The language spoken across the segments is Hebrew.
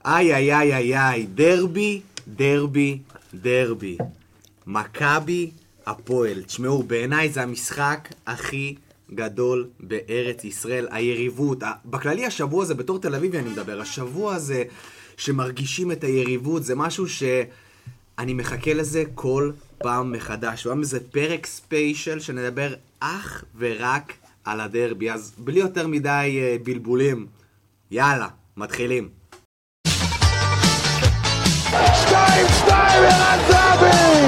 איי, איי, איי, איי, איי, דרבי, דרבי, דרבי. מכבי, הפועל. תשמעו, בעיניי זה המשחק הכי גדול בארץ ישראל. היריבות, בכללי השבוע הזה, בתור תל אביבי אני מדבר, השבוע הזה שמרגישים את היריבות, זה משהו שאני מחכה לזה כל פעם מחדש. פעם זה פרק ספיישל שנדבר אך ורק על הדרבי. אז בלי יותר מדי בלבולים, יאללה, מתחילים. 2-2 ערן זהבי!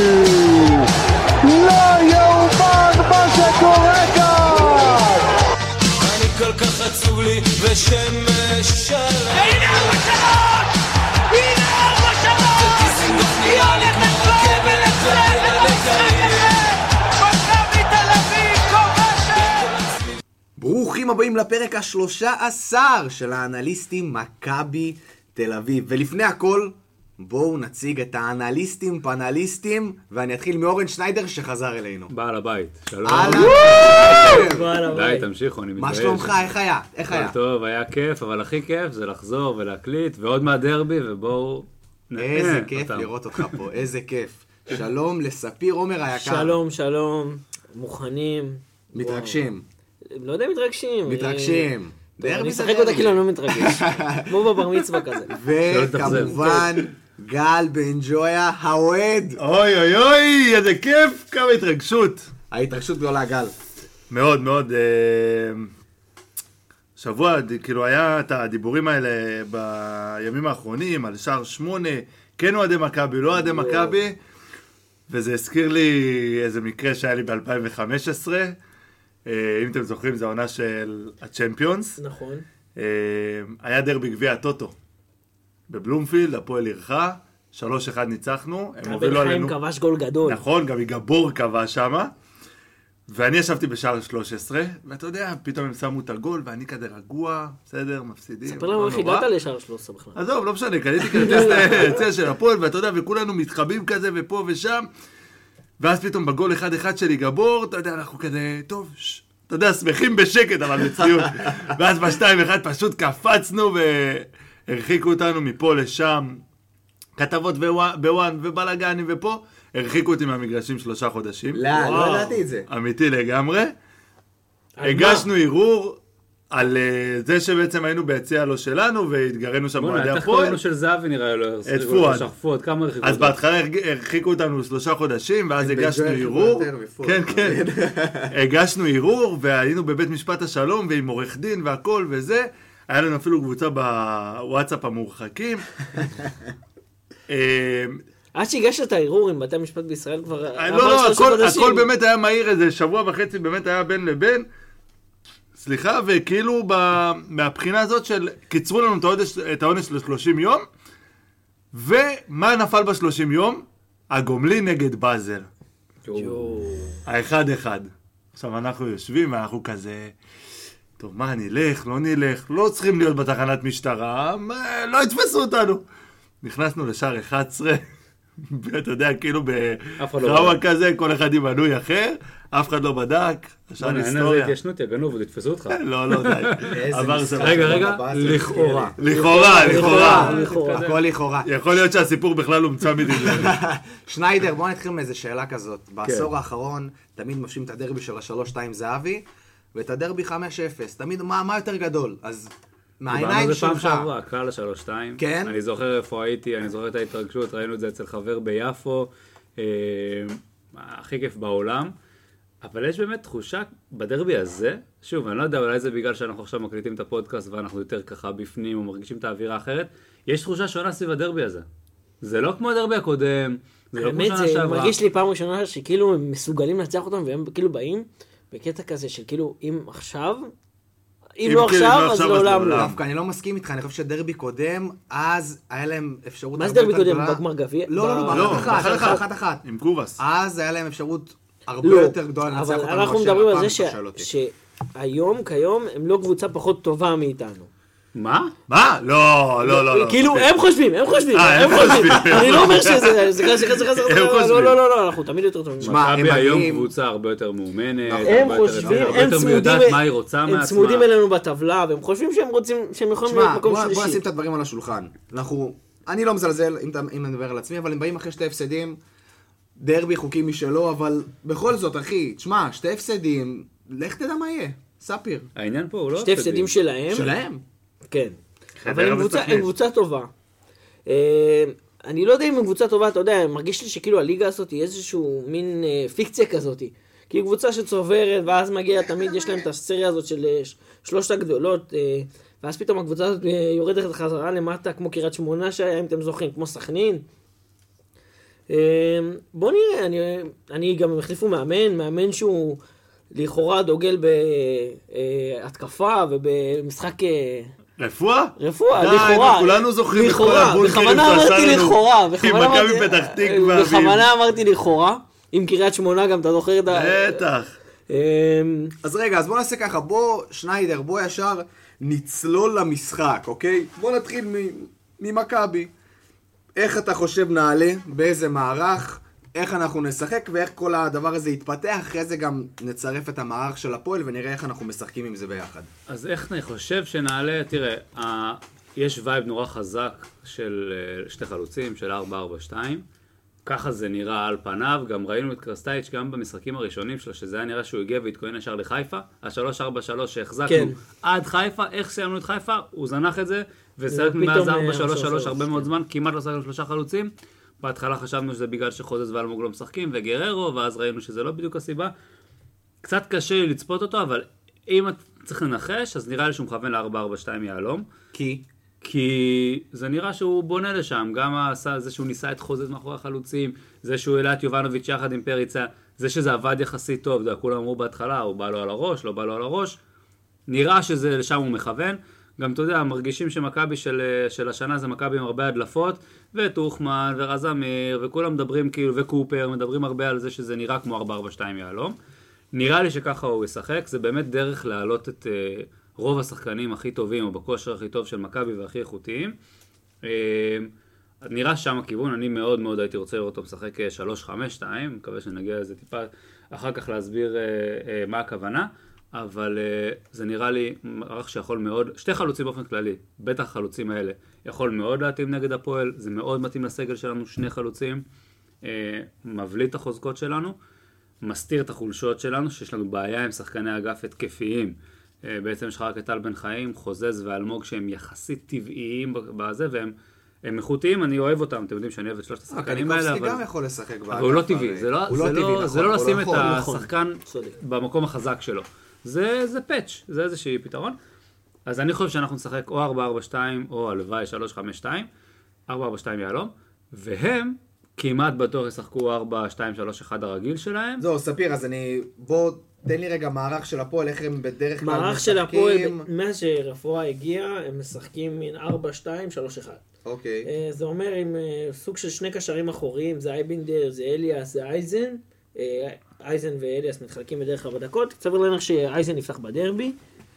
לא יאומן מה שקורה כאן! אני כל כך עצוב לי ושמש שלם. והנה 4-3! הנה 4-3! היא הולכת למשחק הזה! מכבי תל אביב כובשת! ברוכים הבאים לפרק ה-13 של האנליסטים מכבי תל אביב. ולפני הכל, בואו נציג את האנליסטים, פאנליסטים, ואני אתחיל מאורן שניידר שחזר אלינו. בעל הבית, שלום. די, תמשיכו, אני מתבייש. מה שלומך? איך היה? איך היה? טוב, היה כיף, אבל הכי כיף זה לחזור ולהקליט, ועוד מהדרבי, ובואו... איזה כיף לראות אותך פה, איזה כיף. שלום לספיר עומר היקר. שלום, שלום, מוכנים. מתרגשים. לא יודע, מתרגשים. מתרגשים. אני אשחק אותה כאילו אני לא מתרגש. כמו בבר מצווה כזה. וכמובן, גל בן ג'ויה, האוהד. אוי אוי אוי, איזה כיף, כמה התרגשות. ההתרגשות גדולה, גל. מאוד מאוד. שבוע, כאילו היה את הדיבורים האלה בימים האחרונים, על שער 8, כן אוהדי מכבי, לא אוהדי מכבי, וזה הזכיר לי איזה מקרה שהיה לי ב-2015, אם אתם זוכרים, זה העונה של הצ'מפיונס. נכון. היה דרבי גביע הטוטו. בבלומפילד, הפועל אירחה, 3-1 ניצחנו. בן חיים כבש גול גדול. נכון, גם יגבור כבש שמה. ואני ישבתי בשער 13, ואתה יודע, פתאום הם שמו את הגול, ואני כזה רגוע, בסדר, מפסידים. ספר לנו איך הגעת לשער 13 בכלל. עזוב, לא משנה, קניתי כרטיס של הפועל, ואתה יודע, וכולנו מתחבים כזה, ופה ושם. ואז פתאום בגול 1-1 שלי גבור, אתה יודע, אנחנו כזה, טוב, אתה יודע, שמחים בשקט, אבל מציאות. ואז ב-2-1 פשוט קפצנו, והרחיקו אותנו מפה לשם, כתבות בוואן ובלגנים ופה, הרחיקו אותי מהמגרשים 3 חודשים. לא ידעתי את זה. אמיתי לגמרי. הגשנו ערעור על זה שבעצם היינו ביציע לא שלנו, והתגרנו שם בעדי הפועל. הפועל. קוראים של זהבי נראה לו. את פואד. פואד, כמה הרחיקו? אז בהתחלה הרחיקו אותנו 3 חודשים, ואז הגשנו ערעור. כן, כן. הגשנו ערעור, והיינו בבית משפט השלום, ועם עורך דין והכל וזה. היה לנו אפילו קבוצה בוואטסאפ המורחקים. עד שהגשת את הערעור עם בתי המשפט בישראל כבר... לא, הכל באמת היה מהיר, איזה שבוע וחצי באמת היה בין לבין. סליחה, וכאילו מהבחינה הזאת של קיצרו לנו את העונש ל-30 יום, ומה נפל ב-30 יום? הגומלין נגד באזל. ה-1-1. עכשיו אנחנו יושבים ואנחנו כזה, טוב, מה, נלך, לא נלך, לא צריכים להיות בתחנת משטרה, לא יתפסו אותנו. נכנסנו לשער 11, ואתה יודע, כאילו בחרווה כזה, כל אחד עם מנוי אחר, אף אחד לא בדק, השער היסטוריה. אין איזה התיישנות, יגנו ותתפסו אותך. לא, די. רגע, לכאורה. לכאורה. הכל לכאורה. יכול להיות שהסיפור בכלל הומצא מדינה. שניידר, בוא נתחיל מאיזה שאלה כזאת. בעשור האחרון, תמיד מפשים את הדרבי של ה-3-2 זהבי, ואת הדרבי 5-0. תמיד, מה יותר גדול? אז... מהעיניים שלך. פעם שעברה, קל ה-3-2. כן? אני זוכר איפה הייתי, אני זוכר את ההתרגשות, ראינו את זה אצל חבר ביפו, הכי כיף בעולם. אבל יש באמת תחושה בדרבי הזה, שוב, אני לא יודע, אולי זה בגלל שאנחנו עכשיו מקליטים את הפודקאסט ואנחנו יותר ככה בפנים ומרגישים את האווירה האחרת, יש תחושה שונה סביב הדרבי הזה. זה לא כמו הדרבי הקודם, זה לא כמו שנה שעברה. זה מרגיש לי פעם ראשונה שכאילו הם מסוגלים לנצח אותם והם כאילו באים בקטע כזה של כאילו אם עכשיו... אם לא עכשיו, אז לעולם לא. דווקא, אני לא מסכים איתך, אני חושב שדרבי קודם, אז היה להם אפשרות... מה זה דרבי קודם? בגמר גביע? לא, אחת. עם קובס. אז היה להם אפשרות הרבה יותר גדולה לנצח אותנו. אבל אנחנו מדברים על זה שהיום, כיום, הם לא קבוצה פחות טובה מאיתנו. מה? מה? לא. כאילו, הם חושבים. אני לא אומר שזה, לא, אנחנו תמיד יותר טובים. מכבי היום קבוצה הרבה יותר מאומנת, הם חושבים, הם יודעת מה היא רוצה מעצמה. הם צמודים אלינו בטבלה, והם חושבים שהם יכולים להיות מקום שלישי. בוא נשים את הדברים על השולחן. אני לא מזלזל, אם אני מדבר על עצמי, אבל הם באים אחרי 2 הפסדים, דרבי חוקי משלו, אבל בכל זאת, אחי, תשמע, 2 הפסדים, לך תדע מה יהיה, ספיר. העניין פה הוא לא 2 הפסדים שלהם. שלהם. כן. אבל הם קבוצה טובה. אני לא יודע אם הם קבוצה טובה, אתה יודע, מרגיש לי שכאילו הליגה הזאת היא איזשהו מין פיקציה כזאת. כי קבוצה שצוברת, ואז מגיע, תמיד יש להם את הסריה הזאת של 3 הגדולות, ואז פתאום הקבוצה הזאת יורדת חזרה למטה, כמו קריית שמונה שהיה, אם אתם זוכרים, כמו סכנין. בוא נראה, אני גם החליפו מאמן שהוא לכאורה דוגל בהתקפה ובמשחק... רפואה? לכאורה. כולנו זוכרים את כל הבולקרים שעשה לנו עם מכבי פתח תקווה. בכוונה אמרתי לכאורה, עם קריית שמונה גם, אתה זוכר את ה... בטח. אז רגע, אז בוא נעשה ככה, שניידר, בוא ישר נצלול למשחק, אוקיי? בוא נתחיל ממכבי. איך אתה חושב נעלה, באיזה מערך, איך אנחנו נשחק ואיך כל הדבר הזה יתפתח, אחרי זה גם נצרף את המערך של הפועל ונראה איך אנחנו משחקים עם זה ביחד. אז איך אני חושב שנעלה, תראה, יש וייב נורא חזק של 2 חלוצים, של 4-4-2, ככה זה נראה על פניו, גם ראינו את קרסטייץ' גם במשחקים הראשונים שלו, שזה היה נראה שהוא הגיע והתכונן ישר לחיפה, ה-3-4-3 שהחזקנו עד חיפה, איך סיימנו את חיפה, הוא זנח את זה, וסיימנו מאז 4-3-3 הרבה מאוד זמן, כמעט לא סיימנו 3 חלוצים, בהתחלה חשבנו שזה בגלל שחוזז ואלמוג לא משחקים, וגררו, ואז ראינו שזה לא בדיוק הסיבה. קצת קשה לי לצפות אותו, אבל אם את צריך לנחש, אז נראה לי שהוא מכוון ל-4-4-2 יעלום. כי זה נראה שהוא בונה לשם, גם זה שהוא ניסה את חוזז מאחורי החלוצים, זה שהוא העלה את יובנוביץ' יחד עם פריצה, זה שזה עבד יחסית טוב, כולם אמרו בהתחלה, הוא בא לו על הראש, לא בא לו על הראש, נראה שזה לשם הוא מכוון, גם אתה יודע, מרגישים שמכבי של השנה זה מכבי עם הרבה הדלפות, וטוחמן ורז אמיר, וכולם מדברים כאילו, וקופר, מדברים הרבה על זה שזה נראה כמו 4-4-2 יעלום. נראה לי שככה הוא ישחק, זה באמת דרך להעלות את רוב השחקנים הכי טובים, או בכושר הכי טוב של מכבי והכי איכותיים. נראה שם הכיוון, אני מאוד מאוד הייתי רוצה לראות אותו משחק 3-5-2, מקווה שנגיע לזה טיפה אחר כך להסביר מה הכוונה. אבל זה נראה לי מערך שיכול מאוד, 2 חלוצים באופן כללי, בטח החלוצים האלה, יכול מאוד להתאים נגד הפועל, זה מאוד מתאים לסגל שלנו, 2 חלוצים, מבליט את החוזקות שלנו, מסתיר את החולשות שלנו, שיש לנו בעיה עם שחקני אגף התקפיים, בעצם יש לך רק את טל בן חיים, חוזז ואלמוג שהם יחסית טבעיים בזה, והם איכותיים, אני אוהב אותם, אתם יודעים שאני אוהב את 3 השחקנים האלה, אבל... גם יכול לשחק באגף. אבל הוא לא טבעי, זה לא לשים את השחקן במקום החזק שלו. זה פאץ', זה איזושהי פתרון. אז אני חושב שאנחנו נשחק או 4-4-2 או הלוואי 3-5-2, 4-4-2 יעלום, והם כמעט בטוח ישחקו 4-2-3-1 הרגיל שלהם. זהו, ספיר, אז בוא תן לי רגע מערך של הפועל, איך הם בדרך כלל משחקים. מערך של הפועל, מאז שרפואה הגיע, הם משחקים מין 4-2-3-1. אוקיי. זה אומר עם סוג של 2 קשרים אחוריים, זה אייבינדר, זה אליאס, זה אייזן. אייזן ואליאס מתחלקים בדרך 4 דקות, סביר להניח שאייזן נפתח בדרבי.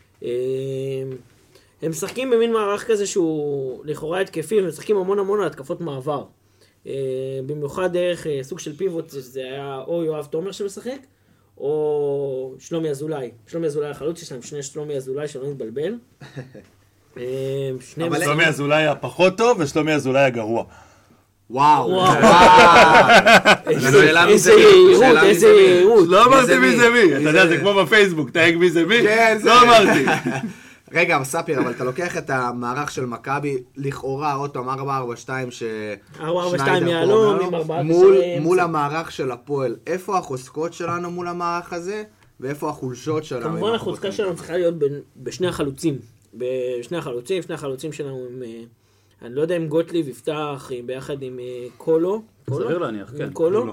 הם משחקים במין מערך כזה שהוא לכאורה התקפי, הם משחקים המון התקפות מעבר. במיוחד דרך סוג של פיבוט, זה היה או יואב תומר שמשחק, או שלומי אזולאי. שלומי אזולאי החלוץ, יש להם 2 שלומי אזולאי שלא נתבלבל. שלומי אזולאי הפחות טוב ושלומי אזולאי הגרוע. וואו. איזה יעירות. לא אמרתי מי זה מי. אתה יודע, זה כמו בפייסבוק, תהג מי זה מי. לא אמרתי. רגע, ספיר, אבל אתה לוקח את המערך של מכבי, לכאורה, עוד פעם, 4-4-2 4-4-2 יעלום עם 4 מול המערך של הפועל. איפה החוזקות שלנו מול המערך הזה, ואיפה החולשות שלנו? כמובן החוזקה שלנו צריכה להיות בשני החלוצים. שני החלוצים שלנו הם... אני לא יודע אם גוטליב יפתח ביחד עם קולו. סביר להניח, כן. קולו.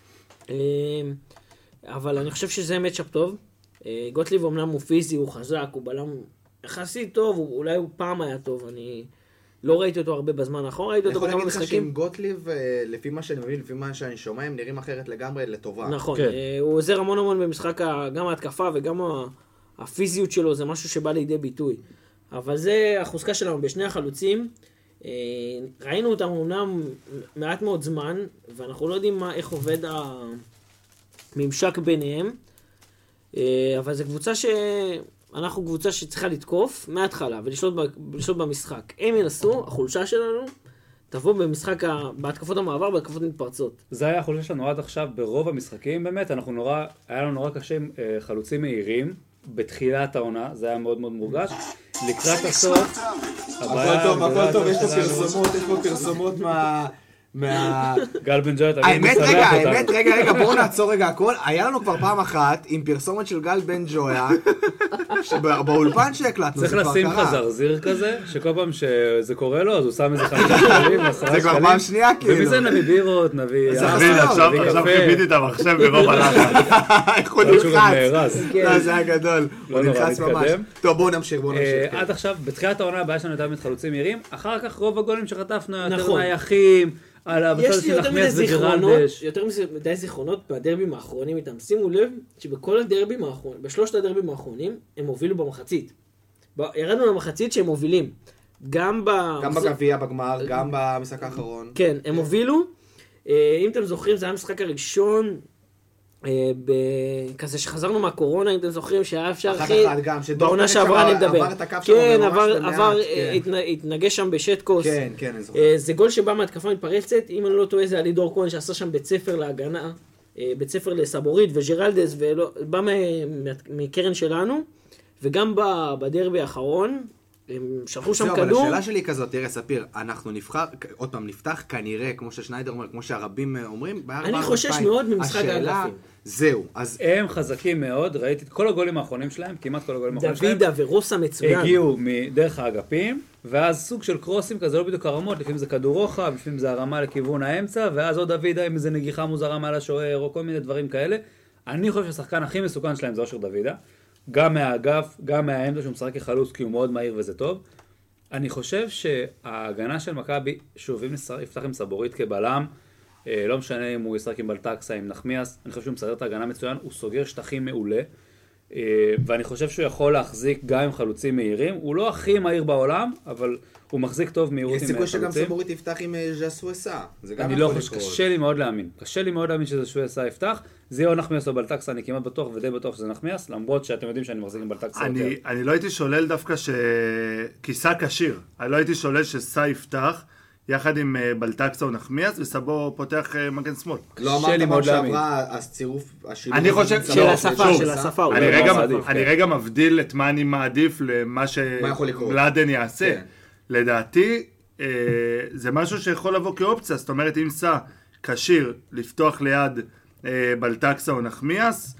אבל אני חושב שזה מצ'אפ טוב. גוטליב אמנם הוא פיזי, הוא חזק, הוא בלם יחסית טוב, אולי הוא פעם היה טוב, אני לא ראיתי אותו הרבה בזמן האחרון, ראיתי אותו בכמה משחקים. אני יכול להגיד לך שעם גוטליב, לפי מה שאני מבין, לפי מה שאני שומע, הם נראים אחרת לגמרי לטובה. נכון, הוא עוזר המון במשחק, גם ההתקפה וגם הפיזיות שלו, זה משהו שבא לידי ביטוי. אבל זה החוזקה שלנו בשני החלוצים. ראינו אותם אומנם מעט מאוד זמן, ואנחנו לא יודעים איך עובד הממשק ביניהם, אבל זו קבוצה אנחנו קבוצה שצריכה לתקוף מההתחלה ולשלוט במשחק. הם ינסו, החולשה שלנו תבוא במשחק, בהתקפות המעבר, בהתקפות מתפרצות. זה היה החולשה שלנו עד עכשיו ברוב המשחקים, באמת, היה לנו נורא קשה עם חלוצים מהירים, בתחילת העונה, זה היה מאוד מאוד מורגש. לקראת הסוף, הכל טוב, יש פה פרסומות גל בן ג'ויה תמיד האמת, משמח אותנו. רגע, בואו נעצור רגע הכל. היה לנו כבר פעם אחת עם פרסומת של גל בן ג'ויה, באולפן שהקלטנו, צריך זה כבר לשים קרה. חזרזיר כזה, שכל פעם שזה קורה לו, אז הוא שם איזה 5 שקלים, 10 שקלים. זה כבר פעם שנייה כאילו. ומזה נביא בירות, נביא עכשיו חיביתי את המחשב ברוב הלחץ. איך הוא שהוא גם נלחץ. נהרס. לא, זה היה גדול. הוא נורא, נלחץ ממש. נתקדם. טוב, בואו נמשיך. עד עכשיו, בתחילת העונה הבאה שלנו הייתה חלוצים מהירים, אחר כך רוב הגולים שחטפנו יותר נכון. נייחים, יש לי יותר מדי זיכרונות בדרבים האחרונים איתם. שימו לב שבכל הדרבים האחרונים, בשלושת הדרבים האחרונים, הם הובילו במחצית. ירדנו למחצית שהם מובילים. גם בגביע, בגמר, גם במשחק האחרון. כן, הם הובילו. אם אתם זוכרים, זה היה המשחק הראשון, כזה שחזרנו מהקורונה, אם אתם זוכרים, שהיה אפשר הכי... בעונה שעברה אני מדבר. כן, התנגש שם בשטקוס. כן, אני זוכר. זה גול שבא מהתקפה מתפרצת, אם אני לא טועה זה היה לידור כהן שעשה שם בית ספר להגנה, בית ספר לסבורית וג'רלדס, בא מקרן שלנו, וגם בדרבי האחרון, הם שלחו שם כדור. השאלה שלי היא כזאת, תראה ספיר, אנחנו נבחר, עוד פעם נפתח כנראה, כמו ששניידר אומר, כמו שהרבים אומרים, אני חושש מאוד ממשחק האגפים. זהו, אז... הם חזקים מאוד, ראיתי את כל הגולים האחרונים שלהם, כמעט כל הגולים האחרונים שלהם. דוידה ורוסה מצוין. הגיעו מדרך האגפים, ואז סוג של קרוסים כזה, לא בדיוק הרמות, לפעמים זה כדור רוחב, לפעמים זה הרמה לכיוון האמצע, ואז עוד דוידה עם איזה נגיחה מוזרה מעל השוער, או כל מיני דברים כאלה. אני חושב שהשחקן הכי מסוכן שלהם זה אושר דוידה. גם מהאגף, גם מהעמדה שהוא משחק כחלוץ, כי הוא מאוד מהיר וזה טוב. אני חושב שההגנה של מכבי, שוב, אם יפתח עם סבורית כבלם, לא משנה אם הוא ישחק עם בלטקסה, עם נחמיאס, אני חושב שהוא מסדר את ההגנה מצוין, הוא סוגר שטחים מעולה, ואני חושב שהוא יכול להחזיק גם עם חלוצים מהירים, הוא לא הכי מהיר בעולם, אבל הוא מחזיק טוב מהירות עם חלוצים. יש סיכוי שגם סבורית יפתח עם ז'סואסה, זה גם אני לא חושב, קשה לי מאוד להאמין שזה ז'סואסה יפתח, זה יהיה או נחמיאס או בלטקסה, אני כמעט בטוח ודי בטוח שזה נחמיאס, למרות שאתם יודעים שאני מחזיק עם בלטקסה יותר. אני לא הייתי שולל דווקא כיסה כשיר, אני לא הייתי שולל שסה יפתח, יחד עם בלטקסה או נחמיאס, וסבו פותח מגן שמאל. לא אמרת פעם שעברה, אז צירוף השילוב... אני חושב... של השפה. אני רגע מבדיל את מה אני מעדיף למה שבלאדן יעשה. לדעתי, זה משהו שיכול לבוא כאופציה, זאת אומרת, אם סע כשיר לפתוח ליד בלטקסה או נחמיאס,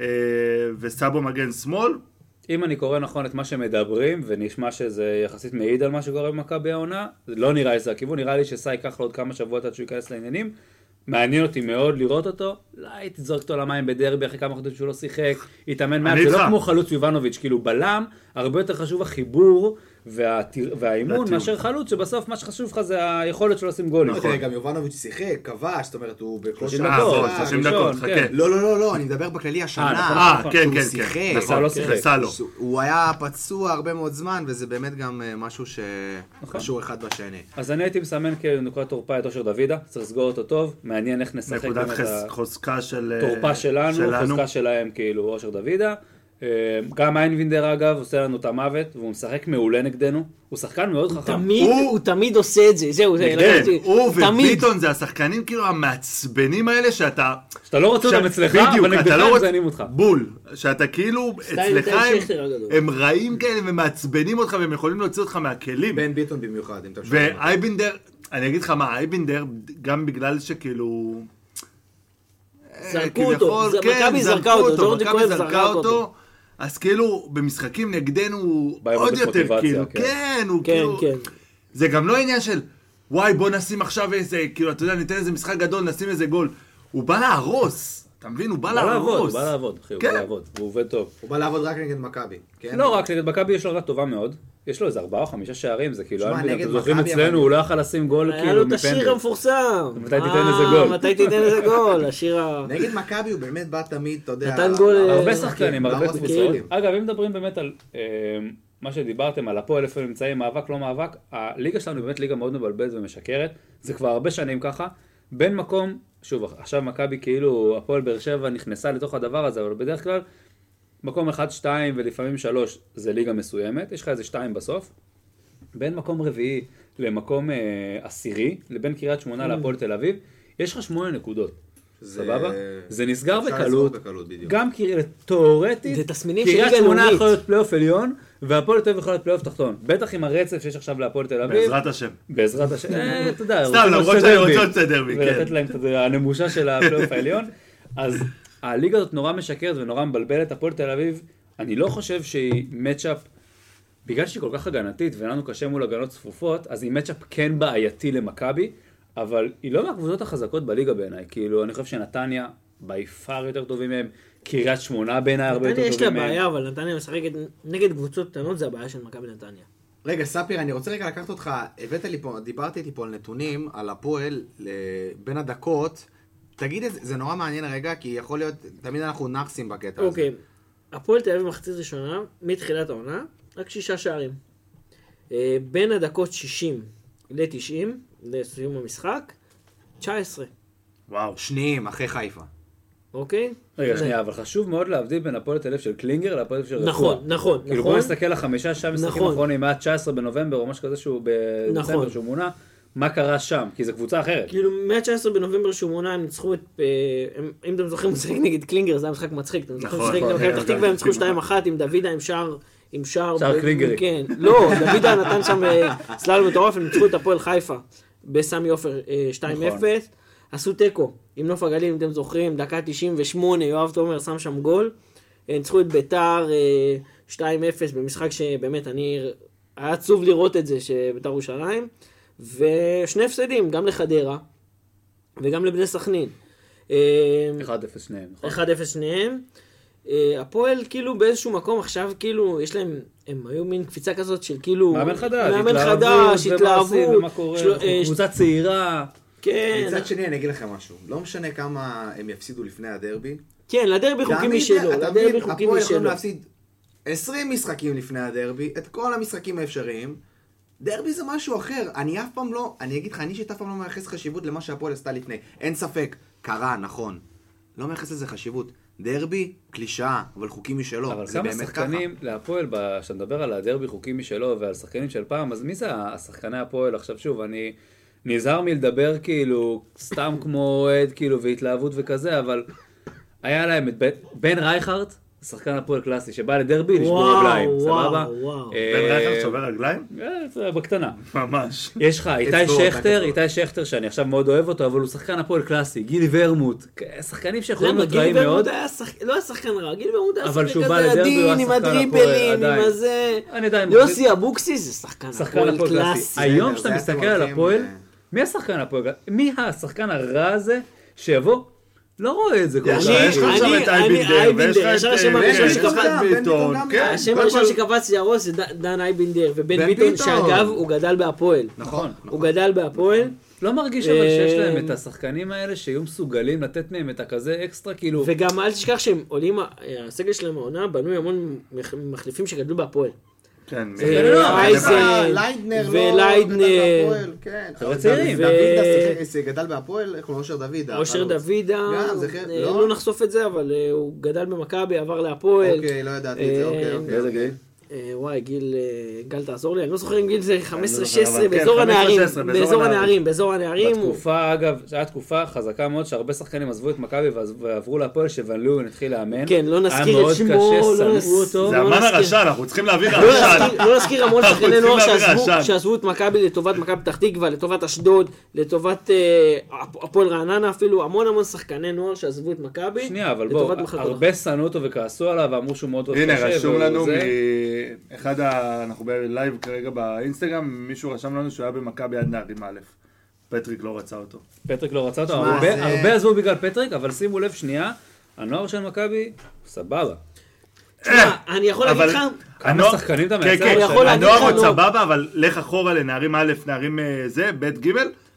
וסבו מגן שמאל, אם אני קורא נכון את מה שמדברים, ונשמע שזה יחסית מעיד על מה שקורה במכבי העונה, לא נראה לי שזה הכיוון, נראה לי שסי ייקח לו עוד כמה שבועות עד שהוא ייכנס לעניינים, מעניין אותי מאוד לראות אותו, לא הייתי זורק אותו למים בדרבי אחרי כמה חודשים שהוא לא שיחק, יתאמן מעט, זה לא כמו חלוץ יובנוביץ', כאילו בלם, הרבה יותר חשוב החיבור והאימון מאשר חלוץ, שבסוף מה שחשוב לך זה היכולת שלו לשים גולים. גם יובנוביץ' שיחק, כבש, זאת אומרת, הוא בכושר... 30 דקות, חכה. לא, אני מדבר בכללי השנה. כן, הוא שיחק. הוא היה פצוע הרבה מאוד זמן, וזה באמת גם משהו שקשור אחד בשני. אז אני הייתי מסמן כנקודת תורפה את אושר דוידה, צריך לסגור אותו טוב, מעניין איך נשחק נקודת חוזקה של... תורפה שלנו, חוזקה שלהם כאילו אושר דוידה. גם איינבינדר אגב עושה לנו את המוות, והוא משחק מעולה נגדנו, הוא שחקן מאוד חכם. הוא תמיד עושה את זה, זהו, הוא וביטון זה השחקנים כאילו המעצבנים האלה שאתה לא רוצה אותם אצלך, אבל נגדך הם זיינים אותך. בול, שאתה כאילו אצלך הם רעים כאלה ומעצבנים אותך והם יכולים להוציא אותך מהכלים. בן ביטון במיוחד, אם אתה שואל. ואייבינדר, אני אגיד לך מה, אייבינדר גם בגלל שכאילו זרקו אותו, מכבי זרקה אותו, מכבי זרקה אותו, אז כאילו במשחקים נגדנו עוד יותר, כאילו, כן, הוא כאילו, זה גם לא עניין של, וואי בוא נשים עכשיו איזה, כאילו, אתה יודע, ניתן איזה משחק גדול, נשים איזה גול, הוא בא להרוס, אתה מבין, הוא בא להרוס. הוא בא לעבוד, אחי, הוא בא לעבוד, הוא עובד טוב. הוא בא לעבוד רק נגד מכבי, כן? לא רק נגד מכבי, יש לו רעה טובה מאוד, יש לו איזה 4 או 5 שערים, זה כאילו, אתם זוכרים אצלנו, הוא לא יכול לשים גול כאילו היה לו את השיר המפורסם. מתי תיתן איזה גול? נגד מכבי הוא באמת בא תמיד, אתה יודע, נתן גול... הרבה שחקנים, הרבה קבוצות. אגב, אם מדברים באמת על מה שדיברתם על הפועל איפה נמצאים, מאבק, לא מאבק, הליגה שלנו היא באמת ליגה מאוד מבלבלת ומשקרת, זה כבר הרבה שנים ככה, בין מקום, שוב, עכשיו מכבי כאילו, הפועל באר שבע נכנסה לתוך הדבר הזה, אבל בדרך כלל, מקום 1, 2 ולפעמים 3 זה ליגה מסוימת, יש לך איזה 2 בסוף, בין מקום רביעי למקום עשירי, לבין קריית שמונה להפועל תל אביב, יש לך 8 נקודות. סבבה? זה נסגר בקלות, גם תיאורטית, זה תסמינים של קריית ליגה שמונה לאומית. יכול להיות פלייאוף עליון, והפועל תל אביב יכול להיות פלייאוף תחתון. בטח עם הרצף שיש עכשיו להפועל תל אביב. בעזרת השם. בעזרת השם. אתה יודע, סתם, למרות שאני רוצה עוד דרבי, כן. ולתת להם את הנמושה של הפלייאוף העליון. אז הליגה הזאת נורא משקרת ונורא מבלבלת. הפועל תל אביב, אני לא חושב שהיא מצ'אפ, בגלל שהיא כל כך הגנתית ולנו קשה מול הגנות צפופות, אז היא מצ'אפ כן בעייתי למכבי, אבל היא לא מהקבוצות החזקות בליגה בעיניי. כאילו, אני חושב שנתניה ביפר יותר טובים מהם, קריית שמונה בעיניי הרבה יותר נתניה יש לה טובים מהם. בעיה, אבל נתניה משחקת נגד קבוצות קטנות, זה הבעיה של מכבי נתניה. רגע, ספיר, אני רוצה רגע לקחת אותך, דיברתי איתי פה על נתונים, על הפועל, בין הדקות, תגיד את זה, זה נורא מעניין הרגע, כי יכול להיות, תמיד אנחנו נאחסים בקטע הזה. אוקיי, הפועל תל אביב מחצית ראשונה, מתחילת העונה, רק 6 שערים. בין הדקות 60 ל-90, לסיום המשחק, 19. וואו. שניים, אחרי חיפה. אוקיי? רגע, שנייה, אבל חשוב מאוד להבדיל בין הפועל תל אביב של קלינגר להפועל תל אביב של רפואה. נכון, נכון, כאילו בוא נסתכל על 5-6 משחקים נכון. האחרונים, מה 19 בנובמבר או משהו כזה שהוא בדצמבר נכון. שהוא מונה, מה קרה שם? כי זו קבוצה אחרת. כאילו, מה-19 בנובמבר שהוא מונה, הם ניצחו את... אם אתם זוכרים, הוא משחק נגד קלינגר, זה היה משחק מצחיק. אתם זוכרים נכון, משחק נכון, נגד פתח תקווה, הם ניצחו נכון. 2-1 עם דוידה, עם שער... שער קלינגרי. כן. לא, דוידה נתן שם סללום מטורף, הם ניצחו את הפועל חיפה בסמי עופר 2-0. עשו תיקו עם נוף הגליל, אם אתם זוכרים, דקה 98, יואב תומר שם שם גול. ניצחו את ביתר 2-0 במשחק שבאמת היה עצוב לראות את זה, שביתר ירושלים. ושני הפסדים, גם לחדרה וגם לבני סכנין. 1-0 שניהם, נכון? 1-0 שניהם. הפועל כאילו באיזשהו מקום עכשיו כאילו יש להם, הם היו מין קפיצה כזאת של כאילו... מאמן חדש, התלהבות. ומה קורה, קבוצה צעירה. כן. מצד שני, אני אגיד לכם משהו. לא משנה כמה הם יפסידו לפני הדרבי. כן, לדרבי חוקים משלו. לדרבי חוקים הפועל יכולים משלו. להפסיד 20 משחקים לפני הדרבי, את כל המשחקים האפשריים. דרבי זה משהו אחר, אני אף פעם לא, אני אגיד לך, אני שאף פעם לא מייחס חשיבות למה שהפועל עשתה לפני. אין ספק, קרה, נכון. לא מייחס לזה חשיבות. דרבי, קלישאה, אבל חוקים משלו. אבל זה כמה באמת שחקנים להפועל, כשאתה מדבר על הדרבי חוקים משלו ועל שחקנים של פעם, אז מי זה השחקני הפועל? עכשיו שוב, אני נזהר מלדבר כאילו, סתם כמו אוהד, כאילו, והתלהבות וכזה, אבל היה להם את בן רייכרט, שחקן הפועל קלאסי, שבא לדרבי לשבור רגליים, סבבה? בן רייכרט שובר רגליים? בקטנה. ממש. יש לך איתי שכטר, שאני עכשיו מאוד אוהב אותו, אבל הוא שחקן הפועל קלאסי, גילי ורמוט, שחקנים שיכולים להיות רעים מאוד. לא היה שחקן רע, גילי ורמוט היה אבל שהוא שחקן בא כזה לדרבי, הוא עדין, היה עם שחקן הדריבלים, הפועל, עם הזה. אני עדיין יוסי אבוקסיס זה שחקן שחקן הפועל קלאסי. היום זה שאתה אתם מסתכל על הולכים, הפועל, מי השחקן הפועל? מי השחקן הרע הזה שיבוא? לא רואה את זה כל יש כך. לך שם את אייבינדר, ויש לך ישר את השם הראשון שקפץ ביטון, כן. השם הראשון שקפץ לי הראש זה דן אייבינדר ובן ביטון, שאגב הוא גדל בהפועל. נכון. הוא גדל בהפועל. לא מרגיש אבל שיש להם את השחקנים האלה שיהיו מסוגלים לתת מהם את הכזה אקסטרה, כאילו... וגם אל תשכח שהם עולים, הסגל שלהם העונה בנוי המון מחליפים שגדלו בהפועל. כן. ליידנר, וליידנר. חבר'ה צעירים. דוד גדל בהפועל, איך הוא אושר דוידה. אושר דוידה, לא נחשוף את זה, אבל הוא גדל במכבי, עבר להפועל. אוקיי, לא ידעתי את זה, אוקיי. איזה גיל? וואי, גל תעזור לי, אני לא זוכר אם גיל זה 15-16, אבל כן, באזור הנערים, 15, באזור הנערים. בתקופה, אגב, הייתה תקופה חזקה מאוד שהרבה שחקנים עזבו את מכבי ועברו להפועל, שוון לואין התחיל לאמן. כן, לא נזכיר את שמו, היה מאוד קשה, שנאו אותו. זה אמן הרשע, אנחנו צריכים להעביר הרשע. לא נזכיר המון שחקני נוער רעשן. שעזבו את מכבי לטובת מכבי פתח תקווה, לטובת אשדוד, לטובת הפועל רעננה אפילו, המון שחקני נוער שעזבו את מכבי. שנייה, אבל בואו, הרבה שנאו אותו וכעסו עליו ואמרו שהוא מאוד קשה. הנה, רשום לנו מאחד אנחנו בלייב כרגע באינסטגרם, מישהו רשם לנו שהוא היה במכבי עד נערים א'. פטריק לא רצה אותו. פטריק לא רצה אותו, הרבה עזבו בגלל פטריק, אבל שימו לב שנייה, הנוער של מכבי, סבבה. אני יכול להגיד לך... כמה שחקנים אתה מייצר? הנוער עוד סבבה, אבל לך אחורה לנערים א', נערים זה, ב' ג',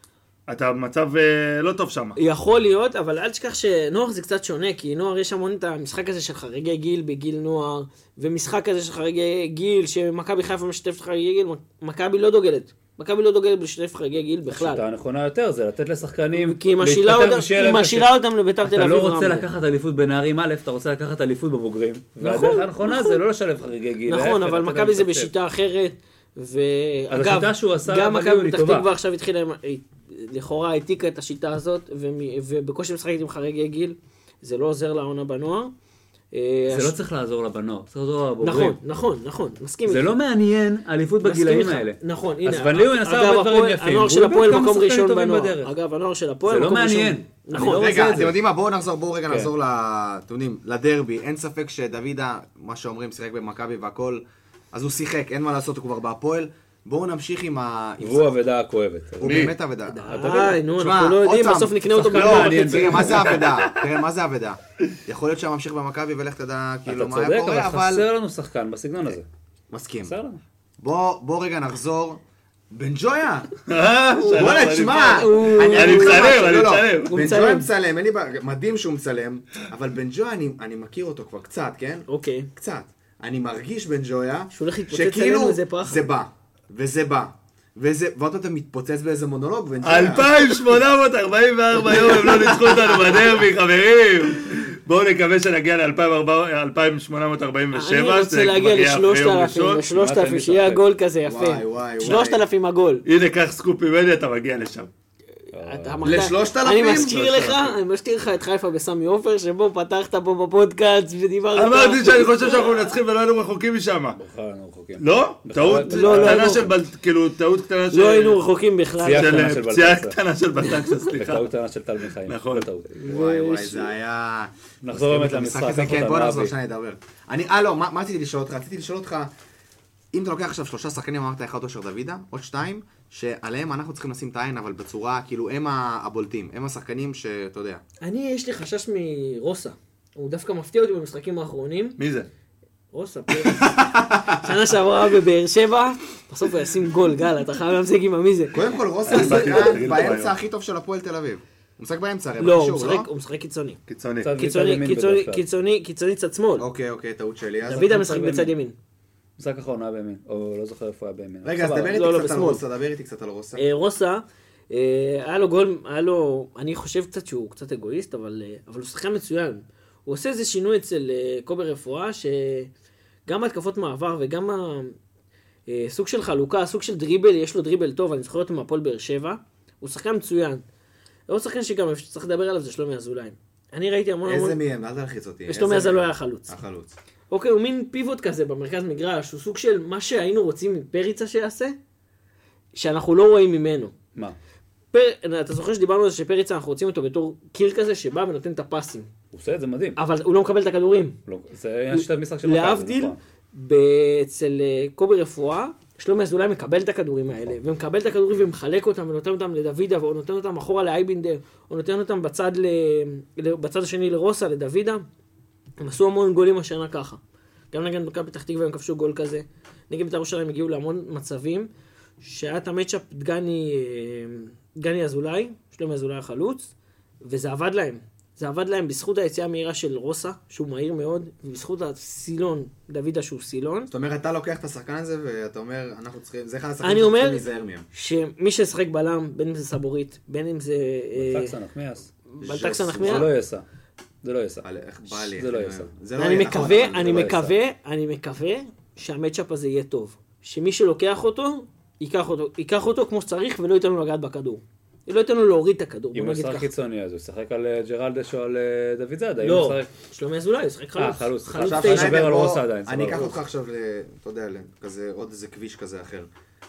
אתה במצב לא טוב שם. יכול להיות, אבל אל תשכח שנוער זה קצת שונה, כי נוער יש המון את המשחק הזה של חריגי גיל בגיל נוער, ומשחק הזה של חריגי גיל, שמכבי חיפה משתפת חריגי גיל, מכבי לא דוגלת. מכבי לא דוגלת לשתף חריגי גיל בכלל. השיטה הנכונה יותר זה לתת לשחקנים כי היא משאילה אותם לביתר תל אביב. אתה לא רוצה לקחת אליפות בנערים א', אתה רוצה לקחת אליפות בבוגרים. והדרך הנכונה זה לא לשלב חריגי גיל. נכון, אבל מכבי זה בשיטה אחרת. אז השיטה שהוא עשה גם מכבי פתח תקווה עכשיו התחילה, לכאורה העתיקה את השיטה הזאת, ובקושי משחקת עם חריגי גיל, זה לא עוזר לעונה בנוער. זה לא צריך לעזור לה בנוער, צריך לעזור לה בבוגרים. נכון, מסכים. זה לא מעניין אליפות בגילאים האלה. נכון, הנה. אז ון ליאון עשה הרבה דברים יפים. הנוער של הפועל מקום ראשון בנוער. אגב, הנוער של הפועל מקום ראשון. זה לא מעניין. נכון. רגע, אתם יודעים מה? בואו רגע נחזור לדרבי. אין ספק שדוידה, מה שאומרים, שיחק במכבי והכל, אז הוא שיחק, אין מה לעשות, הוא כבר בהפועל. בואו נמשיך עם והוא אבדה כואבת. הוא באמת אבדה. נו, אנחנו לא יודעים, בסוף נקנה אותו מעניין. תראה, מה זה אבדה? תראה, מה זה אבדה? יכול להיות שהוא ממשיך במכבי ולך תדע כאילו מה היה קורה, אבל חסר לנו שחקן בסגנון הזה. מסכים. חסר לנו. בואו רגע נחזור. בן ג'ויה! בוא'נה, תשמע! אני מצלם. בן ג'ויה מצלם, מדהים שהוא מצלם, אבל בן ג'ויה, אני מכיר אותו כבר קצת, כן? אוקיי. קצת. אני מרגיש בן ג'ויה, שהוא הולך להתפוצץ עלינו איזה פחד. זה בא, וזה בא. ועוד אתה מתפוצץ באיזה מונולוג, בן ג'ויה. 2844 יום הם לא ניצחו אותנו בדרבי, חברים. בואו נקווה שנגיע ל-2847. אני רוצה להגיע ל-3,000, שיהיה הגול כזה יפה. 3,000 הגול. הנה, קח סקופ ממני, אתה מגיע לשם. ל-3,000? אני מזכיר לך את חיפה בסמי עופר, שבו פתחת פה בפודקאסט ודיברת. אמרתי שאני חושב שאנחנו מנצחים ולא היינו רחוקים משם. לא? טעות קטנה של, כאילו, טעות קטנה של... לא היינו רחוקים בכלל. פציעה קטנה של בטקסה, סליחה. טעות קטנה של טל מחיים. נכון. וואי, זה היה... נחזור באמת למשחק. כן, בוא נחזור שאני אדבר. לא, מה רציתי לשאול אותך? רציתי לשאול אותך, אם אתה לוקח עכשיו 3 שחקנים, אמרת אחד אושר דוידה, עוד 2, שעליהם אנחנו צריכים לשים את העין, אבל בצורה, כאילו, הם הבולטים, הם השחקנים שאתה יודע. יש לי חשש מרוסה. הוא דווקא מפתיע אותי במשחקים האחרונים. מי זה? רוסה, פרס. שנה שעברה בבאר שבע, בסוף הוא ישים גול, גל, אתה חייב להמשיג עם מי זה. קודם כל, רוסה השחקן באמצע הכי טוב של הפועל תל אביב. הוא משחק באמצע, הרי לא, הוא משחק קיצוני. קיצוני צד שמאל. אוקיי, טעות שלי. דוידה משחק בצד ימין. משחק אחרון היה בימין, או לא זוכר איפה היה בימין. רגע, אז דבר איתי קצת על רוסה. רוסה, היה לו גול, אני חושב קצת שהוא קצת אגואיסט, אבל הוא שחקן מצוין. הוא עושה איזה שינוי אצל קובר רפואה, שגם התקפות מעבר וגם סוג של חלוקה, סוג של דריבל, יש לו דריבל טוב, אני זוכר אותו מהפועל באר שבע, הוא שחקן מצוין. עוד שחקן שגם צריך לדבר עליו זה שלומי אזולאי. אני ראיתי המון... איזה מהם? אל תלחיץ אותי. ושלומי אזולאי היה חלוץ. החלוץ. אוקיי, הוא מין פיבוט כזה במרכז מגרש, הוא סוג של מה שהיינו רוצים מפריצה שיעשה, שאנחנו לא רואים ממנו. מה? אתה זוכר שדיברנו על זה שפריצה אנחנו רוצים אותו בתור קיר כזה שבא ונותן את הפסים. הוא עושה את זה מדהים. אבל הוא לא מקבל את הכדורים. זה היה שיטת משחק של מכבי. להבדיל, אצל קובי רפואה, שלומי אזולאי מקבל את הכדורים האלה, ומקבל את הכדורים ומחלק אותם ונותן אותם לדוידה, או נותן אותם אחורה לאייבינדר, או נותן אותם בצד השני לרוסה, לדוידה. הם עשו המון גולים השנה ככה. גם נגד מכבי פתח תקווה הם כבשו גול כזה. נגד בית"ר ירושלים הגיעו להמון מצבים, שהיה את המצ'אפ דגני אזולאי, שלומי אזולאי החלוץ, וזה עבד להם. זה עבד להם בזכות היציאה המהירה של רוסה, שהוא מהיר מאוד, ובזכות הסילון, דוידה שהוא סילון. זאת אומרת, אתה לוקח את השחקן הזה, ואתה אומר, אנחנו צריכים, זה אחד השחקנים שצריכים להיזהר מהם. שמי ששחק בלם, בין אם זה סבורית, בין אם זה... בלטקסה נחמיאס. בלטקסה נחמיאס. זה לא יעשה. זה לא יעשה. זה לא יעשה. אני מקווה שהמצ'אפ הזה יהיה טוב. שמי שלוקח אותו, ייקח אותו כמו שצריך, ולא ייתן לו לגעת בכדור. לא ייתן לו להוריד את הכדור. אם הוא ישחק קיצוני, אז הוא ישחק על ג'רלדש או על דוד זאדה. לא, שלומי אזולאי, הוא ישחק חלוץ. חלוץ. חלוץ עכשיו נדבר על רוסה עדיין. אני אקח אותך עכשיו, אתה יודע, עוד איזה כביש כזה אחר.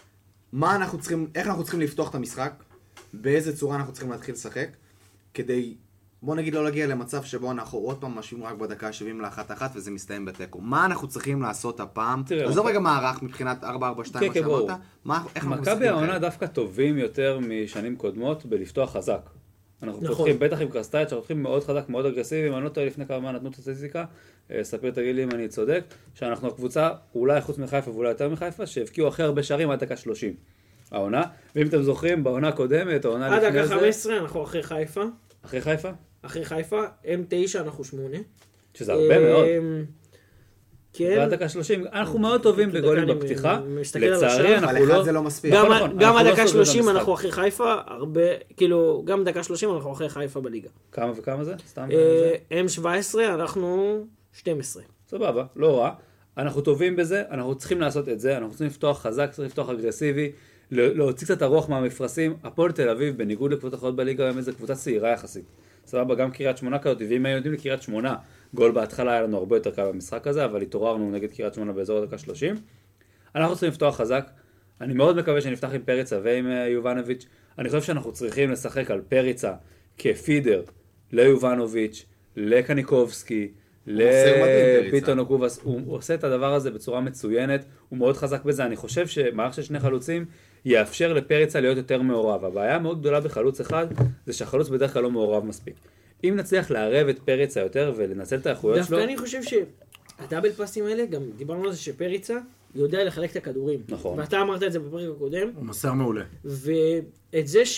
איך אנחנו צריכים לפתוח את המשחק? באיזה צורה אנחנו צריכים להתחיל לשחק? כדי, בוא נגיד, לא להגיע למצב שבו אנחנו עוד פעם משווים רק בדקה 70 ל1-1 וזה מסתיים בתיקו. מה אנחנו צריכים לעשות הפעם? עזוב רגע מערך מבחינת 4-4-2 מה שאמרת. מכבי העונה דווקא טובים יותר משנים קודמות בלפתוח חזק. אנחנו פותחים, בטח עם קרסטייץ', אנחנו פותחים מאוד חזק, מאוד אגרסיבי. אני לא טועה, לפני כמה נתנו את הסטטיסטיקה, ספיר תגיד לי אם אני צודק, שאנחנו הקבוצה, אולי חוץ מחיפה ואולי יותר מחיפה, שהבקיעו הכי הרבה שערים עד דקה 30. העונה, ואם אתם זוכרים, בעונה הקודמת, העונה עד לפני דקה זה... 15 אנחנו אחרי חיפה. אחרי חיפה? אחרי חיפה, הם 9, אנחנו 8. שזה הרבה מאוד. כן. ועד דקה 30, אנחנו מאוד טובים בגולים בפתיחה, מסתכל על לצערי השער. אנחנו אבל אחד לא... זה לא מספיק. גם אנחנו עד לא דקה סוגרים את 30 המשחק. אנחנו אחרי חיפה, הרבה, כאילו, גם דקה 30 אנחנו אחרי חיפה בליגה. כמה וכמה זה? סתם? הם 17, אנחנו 12. סבבה, לא רע. אנחנו טובים בזה, אנחנו צריכים לעשות את זה, אנחנו צריכים לפתוח חזק, צריכים לפתוח אגרסיבי, להוציא קצת הרוח מהמפרשים. הפועל תל אביב, בניגוד לקבוצות אחרות בליגה, הם איזו קבוצה צעירה יחסית. סבבה, גם קריית שמונה כזאת, ואם היינו יודעים לקריית שמונה, גול בהתחלה היה לנו הרבה יותר קל במשחק הזה, אבל התעוררנו נגד קריית שמונה באזור הדקה 30. אנחנו צריכים לפתוח חזק. אני מאוד מקווה שנפתח עם פריצה ועם יובנוביץ'. אני חושב שאנחנו צריכים לשחק על פריצה כפידר ליובנוביץ', לקניקובסקי, לביטון אוקובס. הוא עושה את הדבר הזה בצורה מצוינת, הוא מאוד חזק בזה. אני חושב שמערך של שני חלוצים יאפשר לפריצה להיות יותר מעורב. הבעיה המאוד גדולה בחלוץ אחד, זה שהחלוץ בדרך כלל לא מעורב מספיק. אם נצליח לערב את פריצה יותר ולנצל את האיכויות שלו... דווקא אני חושב שהדאבל פאסים האלה, גם דיברנו על זה שפריצה יודע לחלק את הכדורים. נכון. ואתה אמרת את זה בפרק הקודם. הוא מסר מעולה. ואת זה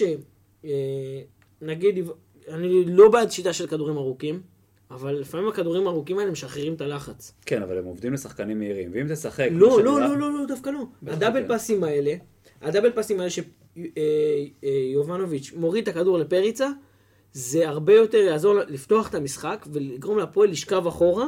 נגיד, אני לא בעד שיטה של כדורים ארוכים, אבל לפעמים הכדורים הארוכים האלה משחררים את הלחץ. כן, אבל הם עובדים לשחקנים מהירים, ואם תשחק... לא, דווקא לא. הדאבל פאסים האלה שיובנוביץ' מוריד את הכדור לפריצה, זה הרבה יותר יעזור לפתוח את המשחק ולגרום להפועל לשכב אחורה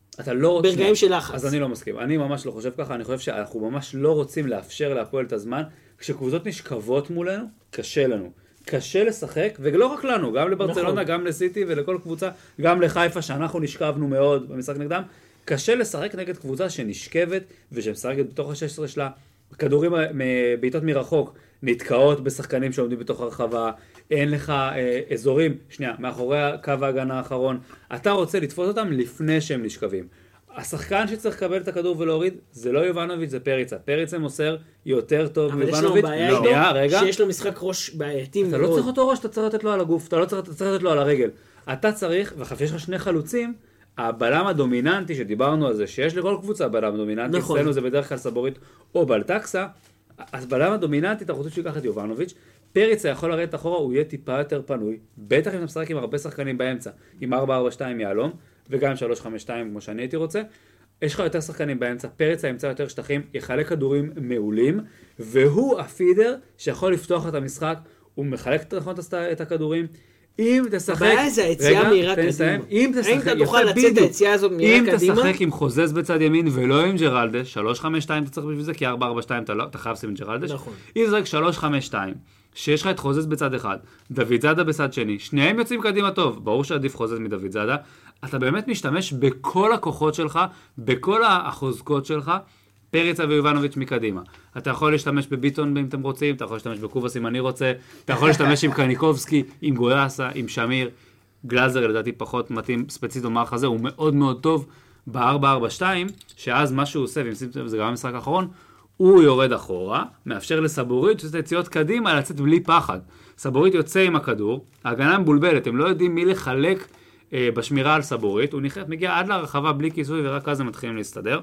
ברגעים של לחץ. אז אני לא מסכים, אני ממש לא חושב ככה, אני חושב שאנחנו ממש לא רוצים לאפשר להפועל את הזמן, כשקבוצות נשכבות מולנו, קשה לנו. קשה לשחק, ולא רק לנו, גם לברצלונה, גם לסיטי ולכל קבוצה, גם לחיפה שאנחנו נשכבנו מאוד במשחק נגדם, קשה לשחק נגד קבוצה שנשכבת ושמשחקת בתוך ה-16 שלה, כדורים בעיטות מרחוק נתקעות בשחקנים שעומדים בתוך הרחבה, אין לך אזורים, מאחורי קו ההגנה האחרון, אתה רוצה לתפוס אותם לפני שהם נשכבים. השחקן שצריך לקבל את הכדור ולהוריד, זה לא יובנוביץ', זה פריצה. פריצה מוסר יותר טוב מיובנוביץ'. אבל יש לו בעיה איתו, שיש לו משחק ראש בעייתי מאוד. אתה לא צריך אותו ראש, אתה צריך לתת לו על הגוף, אתה לא צריך לתת לו על הרגל. אתה צריך, ואחרי יש לך שני חלוצים, הבלם הדומיננטי שדיברנו על זה, שיש לכל קבוצה בלם דומיננטי, אצלנו זה בדרך כלל סבורית או בלטקסה, אז בלם הדומיננטי, אתה רוצה שיקח את יובנוביץ', פריצה יכול לרדת אחורה, הוא יהיה טיפה יותר פנוי, בטח אם אתה משחק עם הרבה שחקנים באמצע, עם 4-4-2 יעלום, וגם עם 3-5-2 כמו שאני הייתי רוצה, יש לך יותר שחקנים באמצע, פריצה ימצא יותר שטחים, יחלק כדורים מעולים, והוא הפידר שיכול לפתוח את המשחק, הוא מחלק את הכדורים, אם תשחק... הבעיה זה היציאה מהירה קדימה. אם אתה תוכל לצאת את היציאה הזאת מהירה קדימה? אם תשחק עם חוזז בצד ימין ולא עם ג'רלדש, 3-5-2 אתה צריך בשביל זה, כי 4-4-2 אתה חייב לשים עם ג'רלדש. נכון. אם תשחק 3-5-2, שיש לך את חוזז בצד אחד, דוד זאדה בצד שני, שניהם יוצאים קדימה טוב, ברור שעדיף חוזז מדוד זאדה, אתה באמת משתמש בכל הכוחות שלך, בכל החוזקות שלך, פריצה ויובנוביץ' מקדימה. אתה יכול להשתמש בביטון אם אתם רוצים, אתה יכול להשתמש בקובס אם אני רוצה, אתה יכול להשתמש עם קניקובסקי, עם גולסה, עם שמיר. גלאזר לדעתי פחות מתאים ספציפית במערך הזה, הוא מאוד מאוד טוב ב-4-4-2, שאז מה שהוא עושה, ואם שימתם לב זה גם המשחק האחרון, הוא יורד אחורה, מאפשר לסבורית שעושה יציאות קדימה לצאת בלי פחד. סבורית יוצא עם הכדור, ההגנה מבולבלת, הם לא יודעים מי לחלק בשמירה על סבורית, הוא מגיע עד לרחבה בלי כיסוי ורק אז הם מתחילים להסתדר.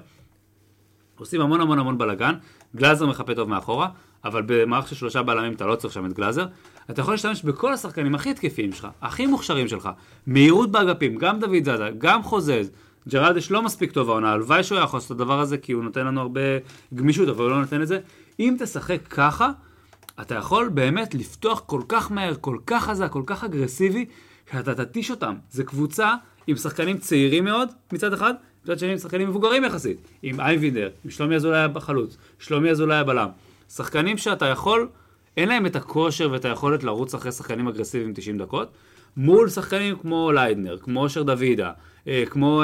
עושים המון המון המון בלגן, גלאזר מחפה טוב מאחורה, אבל במערך של 3 בלמים אתה לא צריך שם את גלאזר, אתה יכול להשתמש בכל השחקנים הכי התקפיים שלך, הכי מוכשרים שלך, מהירות באגפים, גם דוד זאדה, גם חוזז, ג'רלדש לא מספיק טוב העונה, הלוואי שהוא יכול לעשות את הדבר הזה, כי הוא נותן לנו הרבה גמישות, אבל הוא לא נותן את זה. אם תשחק ככה, אתה יכול באמת לפתוח כל כך מהר, כל כך חזק, כל כך אגרסיבי, שאתה תטיש אותם. זה קבוצה עם שחקנים צעירים מאוד, מצד אחד, מצד שני עם שחקנים מבוגרים יחסית, עם אייבינדר, עם שלומי אזולאי בחלוץ, שלומי אזולאי הבלם. שחקנים שאתה יכול, אין להם את הכושר ואת היכולת לרוץ אחרי שחקנים אגרסיביים 90 דקות, מול שחקנים כמו ליידנר, כמו אושר דוידה, כמו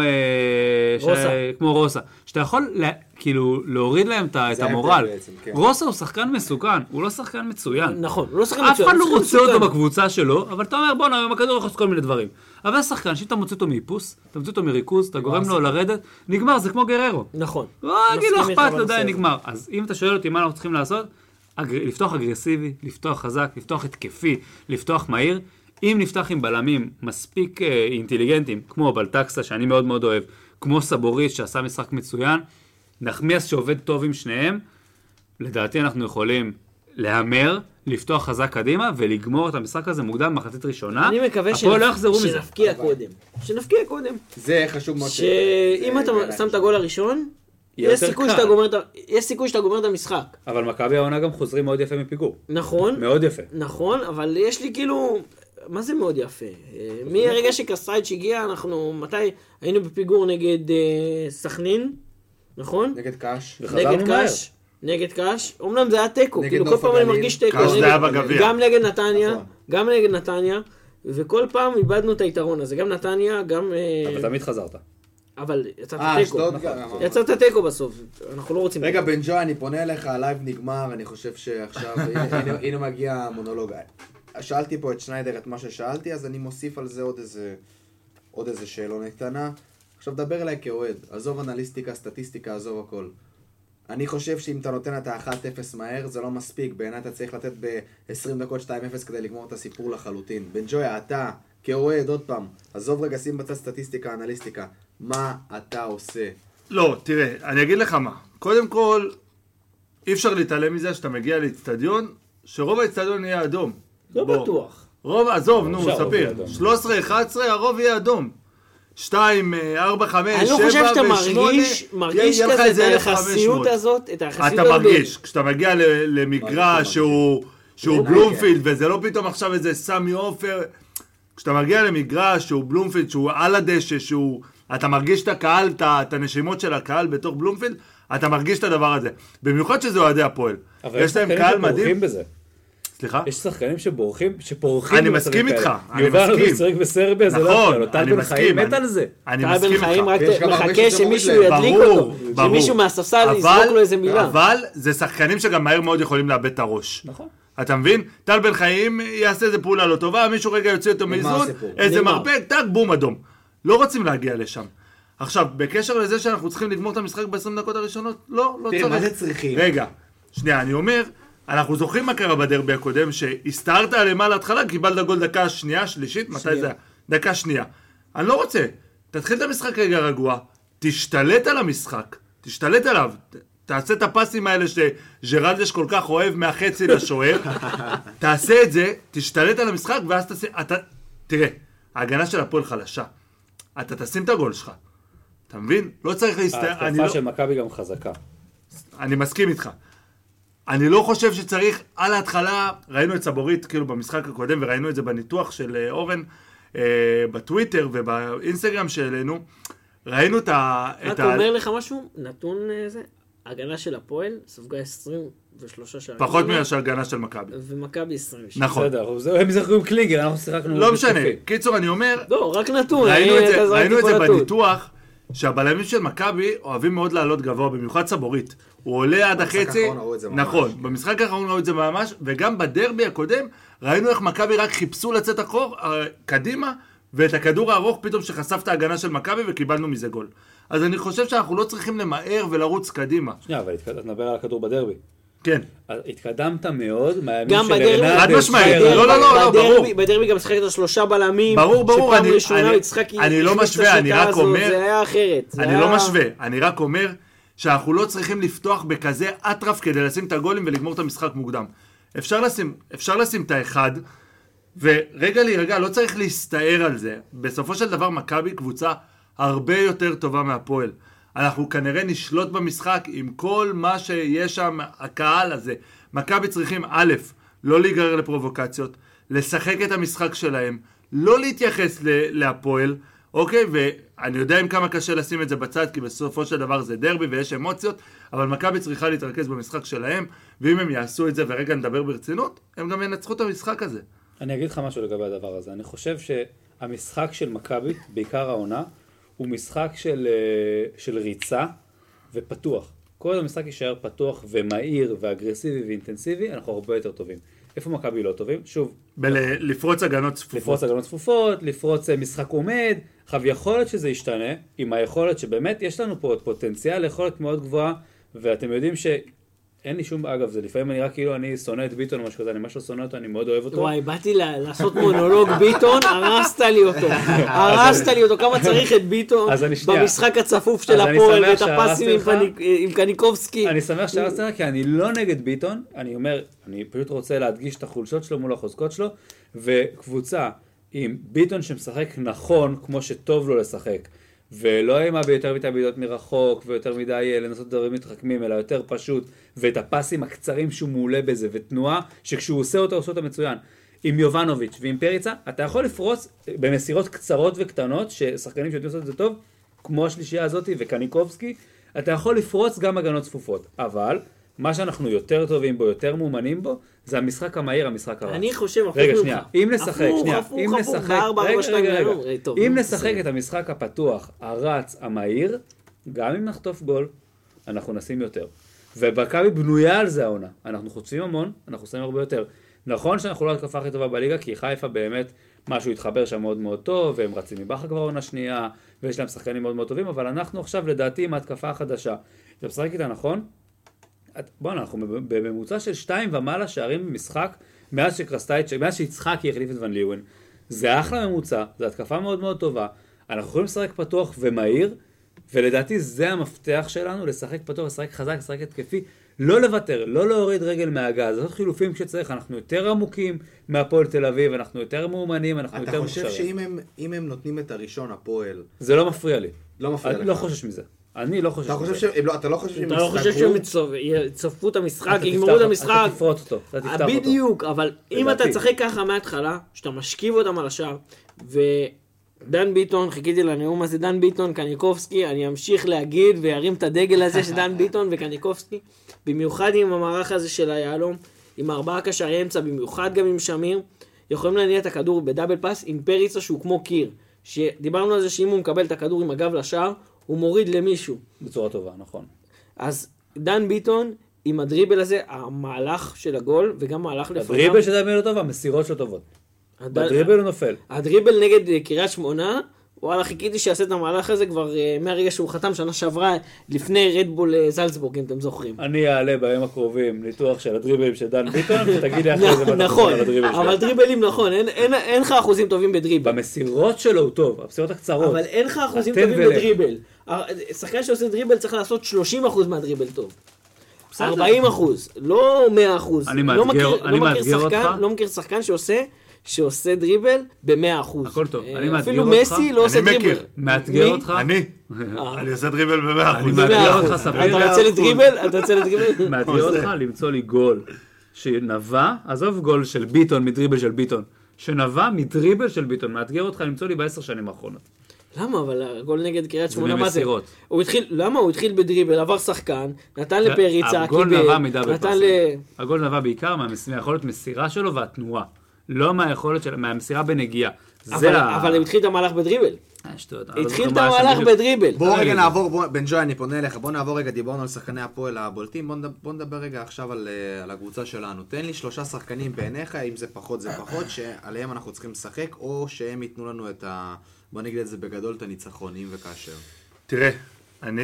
רוסה, שאתה יכול כאילו להוריד להם את המורל. רוסה הוא שחקן מסוכן, הוא לא שחקן מצוין. נכון, הוא לא שחקן מצוין. אף אחד לא רוצה אותו מסוכן. בקבוצה שלו, אבל אתה אומר בוא נראה, עם הכדור יכול לעשות כל מיני דברים. אבל שחקן שאתה מוצא אותו מאיפוס, אתה מוצא אותו מריכוז, אתה גורם לו לרדת, נגמר, זה כמו גררו. נכון. לא אגיד לו אכפת לו, די, נגמר. אז אם אתה שואל אותי מה אנחנו צריכים לעשות, לפתוח אגרסיבי, לפתוח חזק, לפתוח התקפי, לפתוח מהיר. אם נפתח עם בלמים מספיק אינטליגנטים, כמו בלטקסה שאני מאוד מאוד אוהב, כמו סבורית שעשה משחק מצוין, נחמיאס שעובד טוב עם שניהם, לדעתי אנחנו יכולים להמר, לפתוח חזק קדימה ולגמור את המשחק הזה מוקדם במחצית ראשונה. אני מקווה הפועל לא יחזרו מזה. שנפקיע קודם. זה חשוב מאוד. שאם אתה שם את הגול הראשון, יש סיכוי שאתה גומר את המשחק. אבל מכבי העונה גם חוזרים מאוד יפה מפיגור. נכון. מאוד יפה. נכון, אבל יש לי כאילו... מה זה מאוד יפה? מהרגע שקסטרייץ' הגיע, אנחנו מתי היינו בפיגור נגד סכנין, נכון? נגד קאש. נגד קאש. אומנם זה היה טקו, כאילו כל פעם אני מרגיש טקו. קאש זה היה בגביע. גם נגד נתניה, וכל פעם איבדנו את היתרון הזה. גם נתניה, גם... אבל תמיד חזרת. אבל יצאת טקו בסוף, אנחנו לא רוצים... רגע, בן ג'וי, אני פונה אליך, הלייב נגמר, אני חושב שעכשיו, הנה מגיע המונולוג. שאלתי פה את שניידר את מה ששאלתי, אז אני מוסיף על זה עוד איזה שאלון קטנה. עכשיו דבר אליי כאוהד, עזוב אנליסטיקה, סטטיסטיקה, עזוב הכל. אני חושב שאם אתה נותן את ה-1-0 מהר, זה לא מספיק. בעיניי אתה צריך לתת ב-20 דקות 2-0 כדי לגמור את הסיפור לחלוטין. בן ג'וי, אתה כאוהד, עוד פעם, עזוב רגע, שים בצד סטטיסטיקה, אנליסטיקה. מה אתה עושה? לא, תראה, אני אגיד לך מה. קודם כל, אי אפשר להתעלם מזה שאתה מגיע לאצטדיון, שרוב האצטדיון יהיה אדום. לא בטוח. רוב, עזוב, נו, ספיר. 13-11, הרוב יהיה אדום. 2, 4, 5, 7 ו-8. אני לא חושב שאתה מרגיש כזה את היחסיות הזאת, אתה מרגיש, כשאתה מגיע למגרש שהוא בלומפילד, וזה לא פתאום עכשיו איזה סמי אופר, כשאתה מגיע למגרש שהוא בלומפילד, שהוא על הדשא, אתה מרגיש את הקהל, את הנשימות של הקהל בתוך בלומפילד, אתה מרגיש את הדבר הזה. במיוחד שזה אוהדי הפועל. יש להם קהל מדהים. סליחה? יש שחקנים שפורחים אני מסכים איתך, אני מסכים. יובל שצריך בסרביה, זה לא אפילו. טל בן חיים מת על זה. אני מסכים איתך. טל בן חיים רק מחכה שמישהו ידליק אותו. שמישהו מהספסל יזרוק לו איזה מילה. אבל זה שחקנים שגם מהר מאוד יכולים לאבד את הראש. נכון. אתה מבין? טל בן חיים יעשה איזה פעולה לא טובה, מישהו רגע יוצא אותו מאיזון, איזה מרפק, טק, בום אדום. לא רוצים להגיע לשם. עכשיו, בקשר לזה שאנחנו צריכים לגמור את המשחק ב-20 דקות הראשונות, לא צריך. תראה, מה זה צריכים? רגע, שנייה, אני אומר, אנחנו זוכרים מה קרה בדרבי הקודם, שהסתערת עליהם על ההתחלה, קיבלת גול דקה שנייה, שלישית, מתי זה היה? דקה שנייה. אני לא רוצה, תתחיל את המשחק רגע רגוע, תשתלט על המשחק, תשתלט עליו, תעשה את הפסים האלה שג'רלדש כל כך אוהב מהחצי לשוער, תעשה את זה, תשתלט על המשחק, ואז תראה, ההגנה של הפועל חלשה, אתה תשים את הגול שלך, אתה מבין? לא צריך להסתער, ההתקפה של מכבי גם חזקה. אני מסכים איתך. אני לא חושב שצריך, על ההתחלה, ראינו את סבורית כאילו במשחק הקודם, וראינו את זה בניתוח של אורן, בטוויטר ובאינסטגרם שלנו, ראינו את רק אומר לך משהו, נתון זה, ההגנה של הפועל ספגה 23 שערים. פחות מההגנה של מכבי. ומכבי 26. נכון. בסדר, הם זכרו עם קלינגר, אנחנו שיחקנו... לא משנה, קיצור אני אומר, לא, רק נתון. ראינו את זה בניתוח, שהבלמים של מכבי אוהבים מאוד לעלות גבוה, במיוחד סבורית. הוא עולה עד החצי, נכון, במשחק האחרון ראו את זה ממש, וגם בדרבי הקודם ראינו איך מכבי רק חיפשו לצאת אחור, קדימה, ואת הכדור הארוך פתאום שחשף את ההגנה של מכבי וקיבלנו מזה גול. אז אני חושב שאנחנו לא צריכים למהר ולרוץ קדימה. שנייה, אבל נדבר על הכדור בדרבי. כן. התקדמת מאוד מהימים גם בדרבי. עד משמעית, לא, ברור. בדרבי גם שחקת 3 בלמים. ברור, שפעם ראשונה יצחק אני לא משווה, אני רק אומר. זה היה אחרת. אני לא משווה, אני רק אומר שאנחנו לא צריכים לפתוח בכזה אטרף כדי לשים את הגולים ולגמור את המשחק מוקדם. אפשר לשים את האחד, ורגע, לא צריך להסתער על זה. בסופו של דבר מכבי קבוצה הרבה יותר טובה מהפועל. אנחנו כנראה נשלוט במשחק עם כל מה שיש שם, הקהל הזה. מכבי צריכים א', לא להיגרר לפרובוקציות, לשחק את המשחק שלהם, לא להתייחס להפועל, אוקיי? ואני יודע עם כמה קשה לשים את זה בצד, כי בסופו של דבר זה דרבי ויש אמוציות, אבל מכבי צריכה להתרכז במשחק שלהם, ואם הם יעשו את זה ורגע נדבר ברצינות, הם גם ינצחו את המשחק הזה. אני אגיד לך משהו לגבי הדבר הזה. אני חושב שהמשחק של מכבי, בעיקר העונה, הוא משחק של ריצה ופתוח. כל המשחק יישאר פתוח ומהיר ואגרסיבי ואינטנסיבי, אנחנו הרבה יותר טובים. איפה מכבי לא טובים? שוב, לפרוץ הגנות צפופות. לפרוץ משחק עומד. עכשיו, יכול להיות שזה ישתנה, עם היכולת שבאמת יש לנו פה פוטנציאל, יכולת מאוד גבוהה, ואתם יודעים אין לי שום, אגב, זה לפעמים אני רק כאילו, אני שונא את ביטון או משהו כזה, אני ממש לא שונא אותו, אני מאוד אוהב אותו. וואי, באתי לעשות מונולוג ביטון, הרסת לי אותו. הרסת לי אותו, כמה צריך את ביטון אז אני שנייה. במשחק הצפוף של אז אני הפועל, שמח ואת הפסים שהרסתי לך. עם קניקובסקי. אני שמח שהרסת לך, כי אני לא נגד ביטון, אני אומר, אני פשוט רוצה להדגיש את החולשות שלו מול החוזקות שלו, וקבוצה עם ביטון שמשחק נכון, כמו שטוב לו לשחק, ולא עם יותר מדי בעיטות מרחוק, ויותר מדי לנסות דברים מתחכמים, אלא יותר פשוט, ואת הפסים הקצרים שהוא מעולה בזה, ותנועה שכשהוא עושה אותה, עושה אותה מצוין. עם יובנוביץ' ועם פריצה, אתה יכול לפרוץ במסירות קצרות וקטנות, ששחקנים שיודעים לעשות את זה טוב, כמו השלישייה הזאת וקניקובסקי, אתה יכול לפרוץ גם הגנות צפופות, אבל מה שאנחנו יותר טובים בו, יותר מאומנים בו, זה המשחק המהיר, המשחק הרץ. אני חושב, רגע, שנייה, אם נשחק, אם נשחק את המשחק הפתוח, הרץ, המהיר, גם אם נחטוף גול, אנחנו נשים יותר. ובקאבי בנויה על זה העונה. אנחנו חוצים המון, אנחנו שמים הרבה יותר. נכון שאנחנו לא התקפה הכי טובה בליגה, כי חיפה באמת משהו התחבר שם מאוד מאוד טוב, והם רצים מבחר כבר עונה שנייה, ויש להם שחקנים מאוד מאוד טובים, אבל אנחנו עכשיו לדעתי עם ההתקפה החדשה. אתה משחק איתה נכון? בוא'נה, אנחנו בממוצע של 2 ומעלה שערים במשחק, מאז שיצחקי החליף את ון ליוון. זה אחלה ממוצע, זו התקפה מאוד מאוד טובה. אנחנו יכולים לשחק פתוח ומהיר, ולדעתי זה המפתח שלנו, לשחק פתוח, לשחק חזק, לשחק התקפי, לא לוותר, לא להוריד רגל מהגז, לעשות חילופים כשצריך, אנחנו יותר עמוקים מהפועל תל אביב, אנחנו יותר מאומנים, אנחנו יותר מוכשרים. אתה חושב שאם הם נותנים את הראשון הפועל... זה לא מפריע לי. לא מפריע לך. אני לא חושש מזה. אני לא חושש מזה. אתה לא חושב שהם יצפו את המשחק, יגמרו את המשחק. אתה תפרוט אותו, אתה תפתח אותו. בדיוק, אבל אם אתה תשחק ככה מההתחלה, שאתה משכיב אותם על השער, ודן ביטון, חיכיתי לנאום הזה, דן ביטון, קניקובסקי, אני אמשיך להגיד וירים את הדגל הזה שדן ביטון וקניקובסקי, במיוחד עם המערך הזה של היהלום, עם 4 קשרי אמצע, במיוחד גם עם שמיר, יכולים להניע את הכדור בדאבל פאס עם פריצה שהוא כמו קיר, שדיברנו על זה שאם הוא מקבל את הכדור עם הגב לשער, הוא מוריד למישהו. בצורה טובה, נכון. אז דן ביטון, עם הדריבל הזה, המהלך של הגול, וגם מהלך לפניו. הדריבל שזה לא טוב, המסירות שלו טובות. בדריבל הוא נופל. הדריבל נגד קריית שמונה, וואלה, חיכיתי שיעשה את המהלך הזה כבר מהרגע שהוא חתם שנה שעברה, לפני רדבול זלצבורג, אם אתם זוכרים. אני אעלה בימים הקרובים ניתוח של הדריבלים של דן ביטון, ותגיד לי אחרי זה מה נכון, אבל דריבלים נכון, אין לך אחוזים טובים בדריבל. במסירות שלו הוא טוב, המסירות הקצרות. אבל אין לך אחוזים טובים בדריבל. שחקן שעושה דריבל צריך לעשות 30% מהדריבל טוב. 40%, לא 100%. אני מאתגר אותך. לא מכיר שחקן שעושה דריבל ב-100%. הכל טוב, אני מאתגר אותך. אפילו מסי לא עושה דריבל. מאתגר אותך. אני עושה דריבל ב-100%. אני מאתגר אותך, ספיר. אתה רוצה לדריבל? מאתגר אותך למצוא לי גול שנבע, עזוב גול של ביטון מדריבל של ביטון, שנבע מדריבל של ביטון, מאתגר אותך למצוא לי ב10 שנים האחרונות. למה? אבל הגול נגד קריית שמונה, מה זה? למה? הוא התחיל בדריבל, עבר שחקן, נתן לפריצה, הגול נבע מדאבל פאסים. הגול נבע בעיקר מהיכולת מסירה שלו והתנועה. לא מהיכולת של... מהמסירה בנגיעה. אבל הוא התחיל את המהלך בדריבל. התחיל את המהלך בדריבל. בוא רגע נעבור, בן ג'וי, אני פונה אליך, בוא נעבור רגע, דיברנו על שחקני הפועל הבולטים, בוא נדבר רגע עכשיו על הקבוצה שלנו. תן לי 3 שחקנים בעיניך, אם זה פחות זה פחות, שעליהם אנחנו צריכים לשחק, או שהם ייתנו לנו את ה... בוא נגיד את זה בגדול, את הניצחון, אם וכאשר. תראה, אני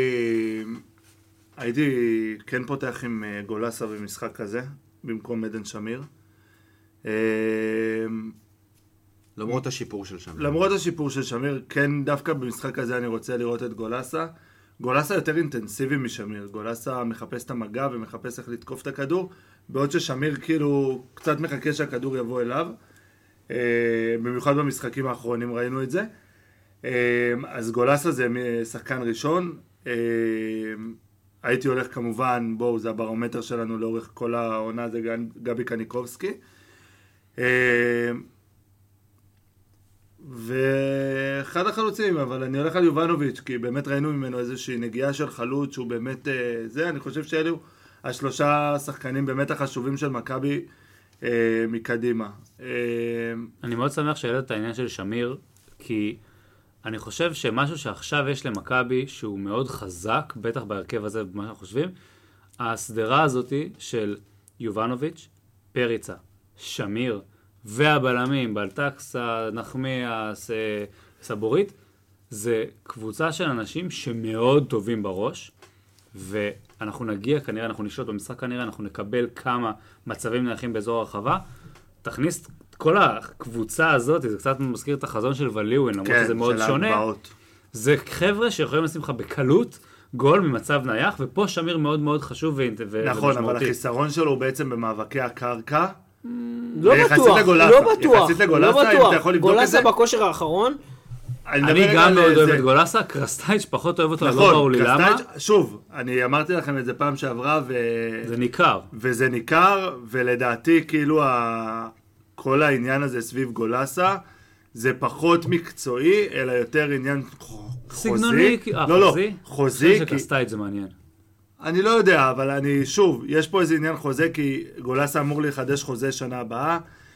הייתי כן פותח עם גולסה במשחק כזה, במקום עדן שמיר. למרות השיפור של שמיר. למרות השיפור של שמיר, כן, דווקא במשחק הזה אני רוצה לראות את גולסה. גולסה יותר אינטנסיבי משמיר. גולסה מחפש את המגע ומחפש איך לתקוף את הכדור, בעוד ששמיר כאילו קצת מחכה שהכדור יבוא אליו. במיוחד במשחקים האחרונים ראינו את זה. אז גולסה זה שחקן ראשון. הייתי הולך כמובן, בואו, זה הברומטר שלנו לאורך כל העונה, זה גבי קניקובסקי. ואחד החלוצים, אבל אני הולך על יובנוביץ', כי באמת ראינו ממנו איזושהי נגיעה של חלוץ, שהוא באמת זה, אני חושב שאלו 3 שחקנים באמת החשובים של מכבי מקדימה. אני מאוד שמח שהעלית את העניין של שמיר, כי אני חושב שמשהו שעכשיו יש למכבי שהוא מאוד חזק, בטח בהרכב הזה, במה שאנחנו חושבים, הסדרה הזאת של יובנוביץ', פריצה, שמיר והבלמים, בלטקסה, נחמיאס, סבורית, זה קבוצה של אנשים שמאוד טובים בראש, אנחנו נגיע כנראה, אנחנו נשלוט במשחק כנראה, אנחנו נקבל כמה מצבים נייחים באזור הרחבה, תכניס כל הקבוצה הזאת, זה קצת מזכיר את החזון של וליואן, למרות שזה מאוד שונה. זה חבר'ה שיכולים לשים לך בקלות גול ממצב נייח, ופה שמיר מאוד מאוד חשוב ומשמעותי. נכון, אבל החיסרון שלו הוא בעצם במאבקי הקרקע. לא בטוח, יחסית לגולסה, אם אתה יכול לבדוק את זה. גולסה בכושר האחרון. אני גם מאוד אוהב את גולסה, קרסטייץ' פחות אוהב אותו, לא ברור לי למה. שוב, אני אמרתי לכם את זה פעם שעברה, זה ניכר. וזה ניכר, ולדעתי כאילו כל העניין הזה סביב גולסה, זה פחות מקצועי, אלא יותר עניין חוזי. סגנוני, חוזי. אני חושב שקרסטייץ' זה מעניין. אני לא יודע, אבל שוב, יש פה איזה עניין חוזה, כי גולסה אמור לחדש חוזה שנה הבאה.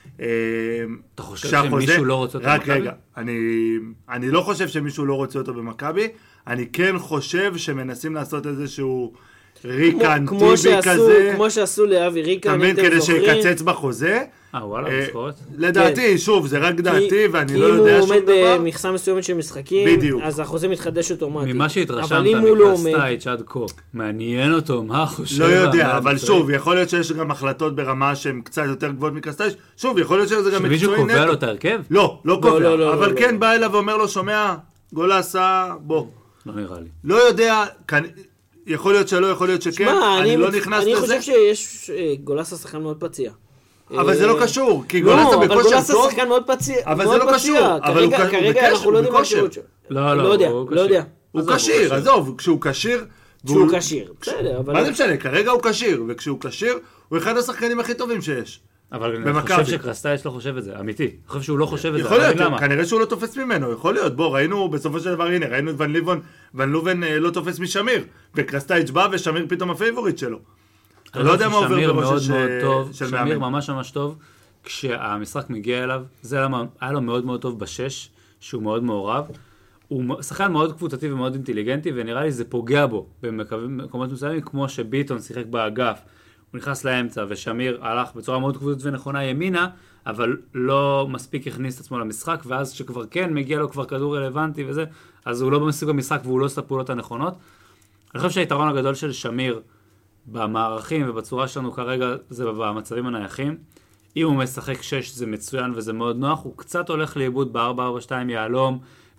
אתה חושב שמישהו לא רוצה אותו במכבי? רק רגע, אני לא חושב שמישהו לא רוצה אותו במכבי, אני כן חושב שמנסים לעשות איזשהו ריקן טיבי כזה. כמו שעשו לאבי ריקן, תמיד כדי שיקצץ בחוזה. וואלה, בזכורת. לדעתי, שוב, זה רק דעתי, ואני לא יודע שום דבר. אם הוא עומד במכסה מסוימת של משחקים, אז החוזה מתחדש אוטומטית. ממה שהתרשמת מקרסטייץ' עד כה, מעניין אותו, מה חושב? לא יודע, אבל שוב, יכול להיות שיש גם החלטות ברמה שהן קצת יותר גבוהות מקרסטייץ'. שוב, יכול להיות שזה גם מקצועי נטו. שמישהו קובע לו את ההרכב? לא קובע, אבל כן בא אליו ואומר לו, שומע, גולסה, בוא. לא נראה לי. לא יודע, יכול להיות שלא, יכול להיות שכן, אני לא נכנס לזה. אני חושב שיש גולסה שחקן מאוד פציע. אבל זה לא קשור, כי גולסה בכושר טוב. אבל גולסה שחקן מאוד פציע. אבל זה לא קשור. כרגע אנחנו לא יודעים מה השירות שלו. לא יודע. הוא כשיר, עזוב, כשהוא כשיר. כשהוא כשיר, בסדר. מה זה משנה, כרגע הוא כשיר, וכשהוא כשיר, הוא אחד השחקנים הכי טובים שיש. אבל אני חושב שקרסטייץ' לא חושב את זה, אמיתי. אני חושב שהוא לא חושב את זה. יכול להיות, כנראה שהוא לא תופס ממנו, יכול להיות. בוא, ראינו בסופו של דבר, הנה, ראינו את ון לובן לא תופס משמיר, וקרסטייץ' בא ושמיר פתאום הפייבוריט שלו. אתה לא יודע מה עובר בראש של מאמן. שמיר ממש ממש טוב, כשהמשחק מגיע אליו, זה היה לו מאוד מאוד טוב בשש, שהוא מאוד מעורב. הוא שחקן מאוד קבוצתי ומאוד אינטליגנטי, ונראה לי זה פוגע בו במקומות מסוימים, כמו שביטון שיחק באגף, הוא נכנס לאמצע, ושמיר הלך בצורה מאוד קבוצתית ונכונה ימינה, אבל לא מספיק הכניס את עצמו למשחק, ואז שכבר כן מגיע לו כבר כדור רלוונטי וזה, אז הוא לא במסוג המשחק והוא לא עושה פעולות הנכונות. אני חושב שהיתרון הגדול של שמיר במערכים ובצורה שלנו כרגע זה במצבים הנייחים. אם הוא משחק 6 זה מצוין וזה מאוד נוח, הוא קצת הולך לאיבוד ב-4-4-2 יעלום,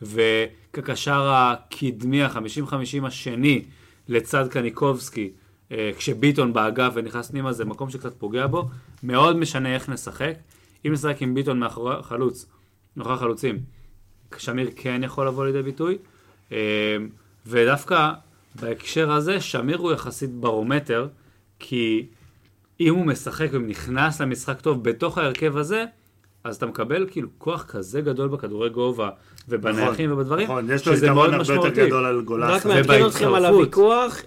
וכקשר הקדמי ה-50-50 השני לצד קניקובסקי, כשביטון באגף ונכנס פנימה, זה מקום שקצת פוגע בו. מאוד משנה איך נשחק. אם נשחק עם ביטון מאחורי חלוצים, שמיר כן יכול לבוא לידי ביטוי. ודווקא בהקשר הזה, שמיר הוא יחסית ברומטר, כי אם הוא משחק ונכנס למשחק טוב בתוך ההרכב הזה, אז אתה מקבל כאילו כוח כזה גדול בכדורי גובה ובנייחים ובדברים, נכון, יש לו יתרון הרבה יותר גדול על גולסה. רק מעדכן אתכם על הוויכוח,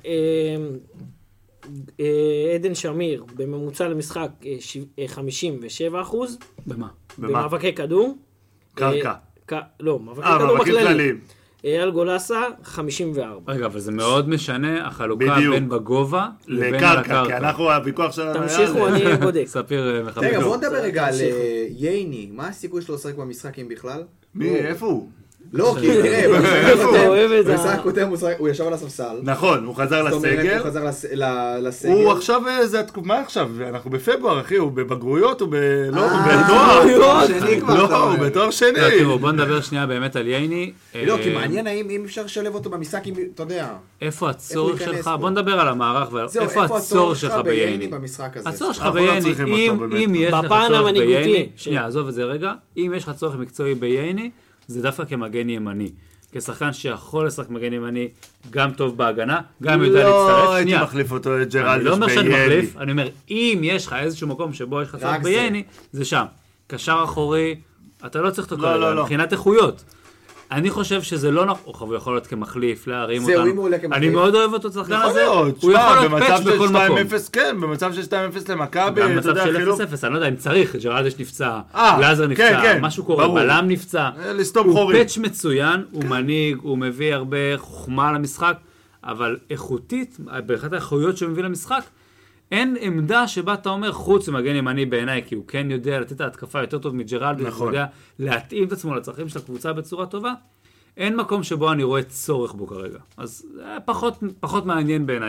עדן שמיר בממוצע למשחק 57%. במה? במאבקי כדור. קרקע. לא, מאבקי כדור בכללים. על גולסה 54. רגע, אבל זה מאוד משנה החלוקה בין בגובה לבין לקרקע, כי אנחנו הוויכוח שלנו... תמשיכו, אני בודק. ספיר מחבר. רגע, בוא נדבר רגע על ייני, מה הסיכוי שלו לשחק במשחק אם בכלל? מי, איפה הוא? לא, כי תראה, במשחק קודם הוא ישב על הספסל. נכון, הוא חזר לסגל. הוא חזר לסגל. הוא עכשיו, מה עכשיו? אנחנו בפברואר, אחי, הוא בבגרויות, הוא בתואר. לא, הוא בתואר שני. בוא נדבר שנייה באמת על ייני. לא, כי מעניין האם אפשר לשלב אותו במשחק, אתה יודע. איפה הצורך שלך? בוא נדבר על המערך, איפה הצורך שלך בייני? הצורך שלך בייני, אם יש לך צורך בייני, שנייה, עזוב את זה רגע, אם יש לך צורך מקצועי בייני, זה דווקא כמגן ימני. כשחקן שיכול לשחק מגן ימני, גם טוב בהגנה, גם יודע להצטרף. לא, הייתי מחליף אותו את ג'רלדש בייני. אני לא אומר שאני מחליף, אני אומר, אם יש לך איזשהו מקום שבו יש לך צורך בייני, זה שם. קשר אחורי, אתה לא צריך אותו כרגע, מבחינת איכויות. אני חושב שזה לא נכון, הוא יכול להיות כמחליף, להרים אותנו. אני מאוד אוהב אותו שחקן הזה, הוא יכול להיות פאץ' בכל מקום. כן, במצב של 2-0 למכבי, גם במצב של 0-0, אני לא יודע אם צריך, ג'רלדש נפצע, לזר נפצע, משהו קורה, בלם נפצע. הוא פאץ' מצוין, הוא מנהיג, הוא מביא הרבה חוכמה למשחק, אבל איכותית, באחת האיכויות שהוא מביא למשחק, אין עמדה שבה אתה אומר חוץ ממגן ימני בעיניי, כי הוא כן יודע לתת את ההתקפה יותר טוב מג'רלדש, הוא יודע להתאים את עצמו לצרכים של הקבוצה בצורה טובה, אין מקום שבו אני רואה צורך בו כרגע. אז פחות מעניין בעיניי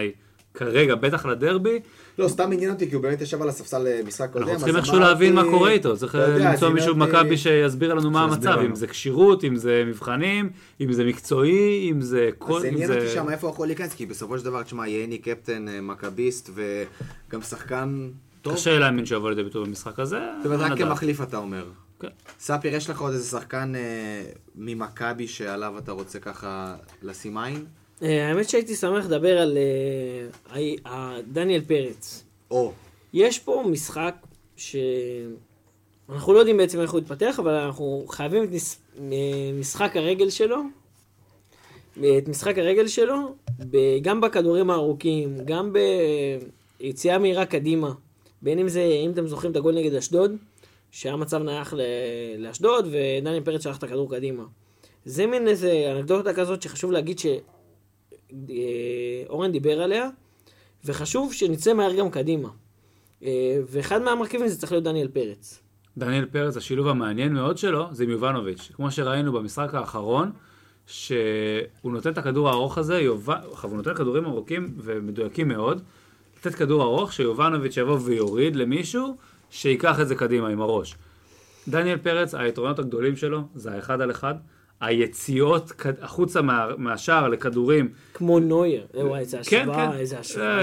כרגע, בטח לדרבי, לא, סתם עניין אותי, כי הוא באמת ישב על הספסל משחק קודם. אנחנו צריכים איכשהו להבין מה קורה איתו, צריך למצוא מישהו במכבי שיסביר לנו מה המצב, אם זה כשירות, אם זה מבחנים, אם זה מקצועי, אם זה... אז עניין אותי שם איפה הוא יכול להיכנס, כי בסופו של דבר, תשמע, ייני קפטן, מכביסט, וגם שחקן טוב. קשה להאמין שיבוא לידי ביטוי במשחק הזה. זאת אומרת, רק כמחליף אתה אומר. כן. ספיר, יש לך עוד איזה שחקן ממכבי שעליו אתה רוצה ככה לשים עין? האמת שהייתי שמח לדבר על דניאל פרץ. יש פה משחק שאנחנו לא יודעים בעצם איך הוא יתפתח, אבל אנחנו חייבים את משחק הרגל שלו, גם בכדורים הארוכים, גם ביציאה מהירה קדימה. בין אם זה, אם אתם זוכרים את הגול נגד אשדוד, שהיה מצב נייח לאשדוד, ודניאל פרץ שלח את הכדור קדימה. זה מין איזה אנקדוטה כזאת שחשוב להגיד שאורן דיבר עליה, וחשוב שנצא מהר גם קדימה. ואחד מהמרכיבים זה צריך להיות דניאל פרץ. דניאל פרץ, השילוב המעניין מאוד שלו, זה עם יובנוביץ'. כמו שראינו במשחק האחרון, שהוא נותן את הכדור הארוך הזה, הוא נותן כדורים ארוכים ומדויקים מאוד, לתת כדור ארוך שיובנוביץ' יבוא ויוריד למישהו שיקח את זה קדימה עם הראש. דניאל פרץ, היתרונות הגדולים שלו, זה האחד על אחד, היציאות החוצה מהשער לכדורים. כמו נויר, איזה השוואה, איזה השוואה.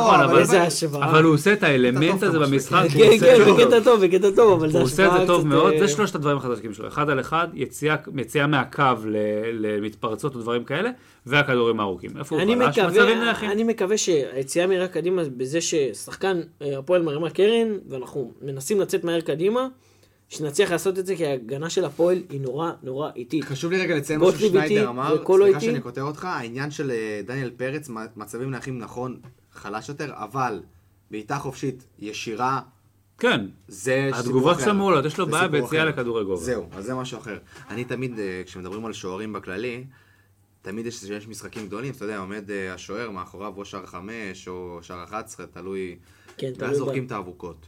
אבל הוא עושה את האלמנט הזה במשחק. כן, בקטע טוב, אבל זה השוואה. הוא עושה את זה טוב מאוד, זה שלושת הדברים החדשים שלו. אחד על אחד, יציאה מהקו למתפרצות ודברים כאלה, והכדורים הארוכים. איפה הוא חלש? מצבים נייחים. אני מקווה שהיציאה מהר קדימה, בזה ששחקן הפועל מרימה קרן, ואנחנו מנסים לצאת מהר קדימה, שנצליח לעשות את זה, כי ההגנה של הפועל היא נורא איטית. חשוב לי רגע לציין משהו ששניידר אמר, סליחה שאני כותב אותך, העניין של דניאל פרץ, מצבים נייחים נכון, חלש יותר, אבל בעיטה חופשית ישירה, כן, התגובות שלו מעולות, יש לו בעיה ביציאה לכדורי גובה. זהו, אז זה משהו אחר. אני תמיד, כשמדברים על שוערים בכללי, תמיד יש משחקים גדולים, אתה יודע, עומד השוער מאחוריו או שער 5 או שער 11, תלוי, ואז זורקים את האבוקות.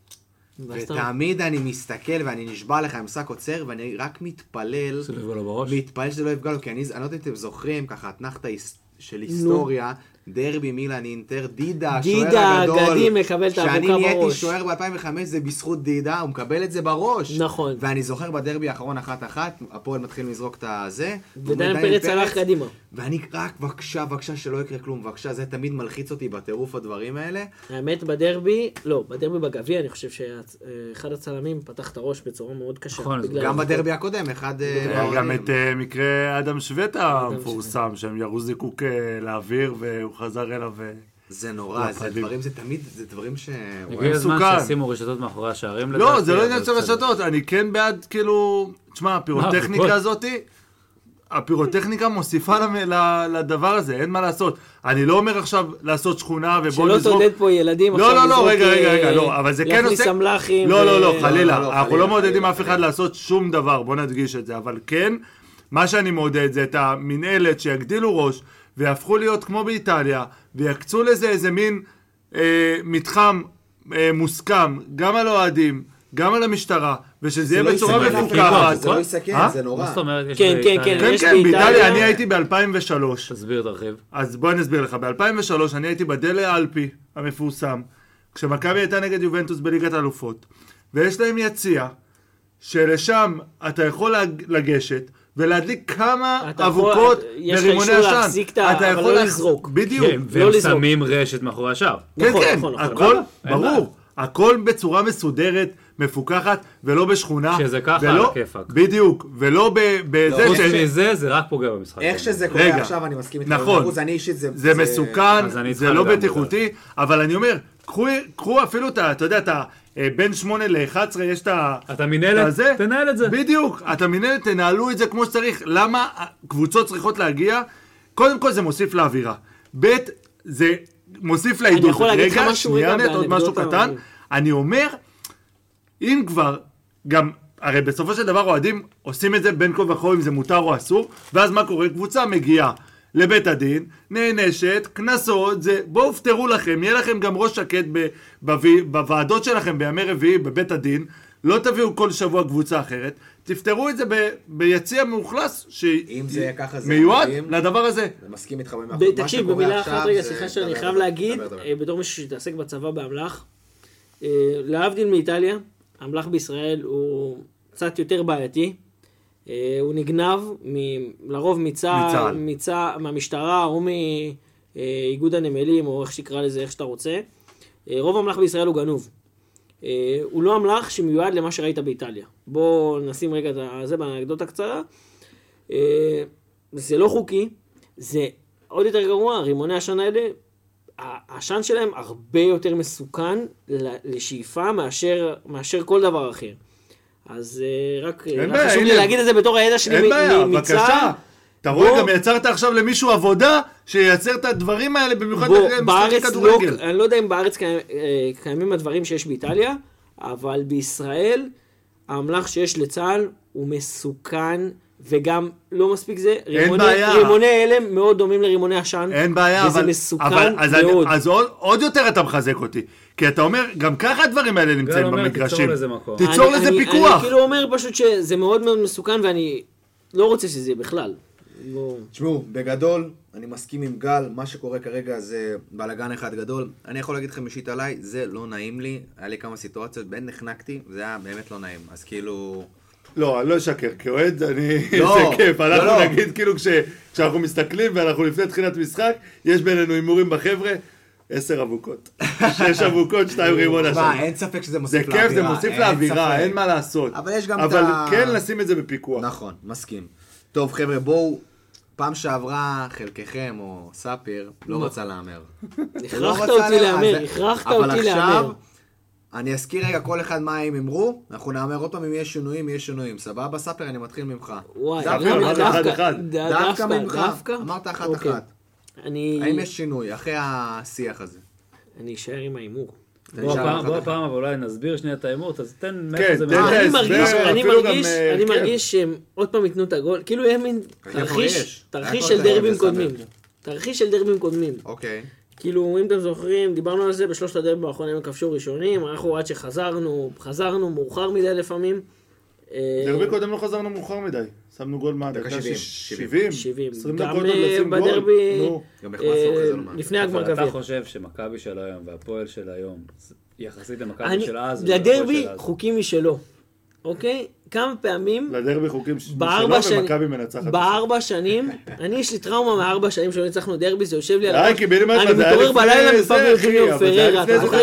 ותמיד אני מסתכל ואני נשבע לך, המשחק עוצר, ואני רק מתפלל שזה לא יפגע לו, כי אני לא יודע אם אתם זוכרים, ככה התנחת של היסטוריה, דרבי מילאן אינטר, דידה, השוער הגדול, שאני נהייתי שוער ב-2005, זה בזכות דידה, הוא מקבל את זה בראש. נכון. ואני זוכר בדרבי האחרון 1-1, הפועל מתחיל לזרוק את הזה. ודניאל פרץ הלך קדימה. ואני רק בבקשה שלא יקרה כלום, בבקשה, זה תמיד מלחיץ אותי בטירוף הדברים האלה. האמת בדרבי בגביע, אני חושב שאחד הצלמים פתח את הראש בצורה מאוד קשה. גם בדרבי הקודם, גם את מקרה אדם שווטה המפורסם, שהם ירו זיקוק לאוויר והוא חזר אליו. זה נורא, זה תמיד, זה דברים ש... הגיע הזמן שישימו רשתות מאחורי השערים. לא, זה לא עניין של רשתות, אני כן בעד, כאילו, תשמע, הפירוטכניקה הזאת, הפירוטכניקה מוסיפה לדבר הזה, אין מה לעשות. אני לא אומר עכשיו לעשות שכונה ובוא נזרוק... שלא תעודד פה ילדים עכשיו לא, רגע, לא, אבל זה כן עושה... להכניס אמל"חים... לא, חלילה, אנחנו לא מעודדים אף אחד לעשות שום דבר, בוא נדגיש את זה, אבל כן, מה שאני מעודד זה את המנהלת שיגדילו ראש, והפכו להיות כמו באיטליה, ויקצו לזה איזה מין מתחם מוסכם, גם על אוהדים, גם על המשטרה, ושזה יהיה בצורה מפוקחת. זה לא יסכן, זה נורא. מה זאת אומרת? כן, באיטליה אני הייתי ב-2003. תסביר, תרחיב. אז בוא נסביר לך, ב-2003 אני הייתי בדלה אלפי המפורסם, כשמכבי הייתה נגד יובנטוס בליגת האלופות, ויש להם יציע, שלשם אתה יכול לגשת, ולהדליק כמה אבוקות ברימוני עשן. אתה יכול לא לזרוק. בדיוק. והם שמים רשת מאחורי השער. כן, הכל, ברור. הכל בצורה מסודרת, מפוקחת, ולא בשכונה. שזה ככה על הכיפק. בדיוק, ולא בזה חוץ מזה, זה רק פוגע במשחק. איך שזה קורה עכשיו, אני מסכים איתך. נכון, זה מסוכן, זה לא בטיחותי, אבל אני אומר, קחו אפילו אתה יודע, אתה בין 8 ל-11 יש את ה... אתה מנהלת, תנהל את זה. בדיוק, אתה מנהלת, תנהלו את זה כמו שצריך. למה קבוצות צריכות להגיע? קודם כל זה מוסיף לאווירה. ב' זה מוסיף לעידוד. אני יכול להגיד לך משהו רגע עוד משהו קטן. אני אומר, אם כבר, גם, הרי בסופו של דבר אוהדים עושים את זה בין כה וכה אם זה מותר או אסור, ואז מה קורה? קבוצה מגיעה לבית הדין, נענשת, כנסות, בואו פתרו לכם, יהיה לכם גם ראש שקט בוועדות שלכם בימי רביעי בבית הדין, לא תביאו כל שבוע קבוצה אחרת, תפתרו את זה ביציע מאוכלס, אם זה ככה זה מיועד מדהים. לדבר הזה. אני מסכים איתך במאה. תקשיב, במילה אחת רגע, סליחה שאני חייב להגיד, בתור מישהו שהתעסק בצבא באמל"ח, להבדיל מאיטליה, האמל"ח בישראל הוא קצת יותר בעייתי, הוא נגנב לרוב מצה"ל, מהמשטרה או מאיגוד הנמלים, או איך שיקרא לזה, איך שאתה רוצה. רוב האמל"ח בישראל הוא גנוב. הוא לא אמל"ח שמיועד למה שראית באיטליה. בואו נשים רגע את זה באנקדוטה קצרה. זה לא חוקי, זה עוד יותר גרוע, רימוני העשן האלה, העשן שלהם הרבה יותר מסוכן לשאיפה מאשר כל דבר אחר. אז רק חשוב לי להגיד את זה בתור הידע שלי אין בעיה, מצה"ל. בבקשה. אתה רואה, גם יצרת עכשיו למישהו עבודה שייצר את הדברים האלה, במיוחד בארץ משחקי כדורגל. אני לא יודע אם בארץ קיימים הדברים שיש באיטליה, אבל בישראל האמל"ח שיש לצה"ל הוא מסוכן, וגם לא מספיק זה, רימוני הלם מאוד דומים לרימוני עשן. אין בעיה, וזה מסוכן מאוד. אז עוד יותר אתה מחזק אותי. כי אתה אומר, גם ככה הדברים האלה נמצאים במגרשים. תיצור לזה פיקוח. אני כאילו אומר פשוט שזה מאוד מאוד מסוכן, ואני לא רוצה שזה יהיה בכלל. תשמעו, בגדול, אני מסכים עם גל, מה שקורה כרגע זה בלגן אחד גדול. אני יכול להגיד לכם אישית עליי, זה לא נעים לי, היה לי כמה סיטואציות, בין נחנקתי, זה היה באמת לא נעים, אז כאילו... לא, אני לא אשקר, כאוהד, זה כיף, אנחנו נגיד כאילו כשאנחנו מסתכלים ואנחנו לפני תחילת משחק, יש בינינו הימורים בחבר'ה, 10 אבוקות, 6 אבוקות, 2 רימון השנה. אין ספק שזה מוסיף לאווירה. זה כיף, זה מוסיף לאווירה, אין מה לעשות. אבל כן לשים את זה בפיקוח. נכון, מסכים. טוב חבר'ה, בואו, פעם שעברה חלקכם או ספיר לא רצה להאמר. הכרחת אותי להאמר, אבל עכשיו, אני אזכיר רגע כל אחד מה הם אמרו, אנחנו נאמר עוד פעם אם יש שינויים, יש שינויים. סבבה ספיר, אני מתחיל ממך. וואי, דווקא ממך, אמרת אחת. האם יש שינוי אחרי השיח הזה? אני אשאר עם האימור. בוא הפעם אבל אולי נסביר שנייה את האימור, אז תן מאיפה זה אני מרגיש שהם עוד פעם ייתנו את הגול, כאילו יהיה מין תרחיש של דרבים קודמים. תרחיש של דרבים קודמים. אוקיי. כאילו, אם אתם זוכרים, דיברנו על זה בשלושת הדרבים האחרונים, הם כבשו ראשונים, אנחנו עד שחזרנו מאוחר מדי לפעמים. דרבי קודם לא חזרנו מאוחר מדי. שמנו גול מה? דקה 70. 20 דקות עוד לשים גול. בדרבי, לפני הגמר אבל גביע. אתה חושב שמכבי של היום והפועל של היום, יחסית למכבי של אז, לדרבי חוקים משלו. אוקיי? כמה פעמים... לדרבי חוקים שלו ומכבי מנצחת. ב4 שנים, יש לי טראומה מ4 שנים שלא ניצחנו דרבי, זה יושב לי על הראש. אני מתעורר בלילה מפאביו ג'וניור פררה.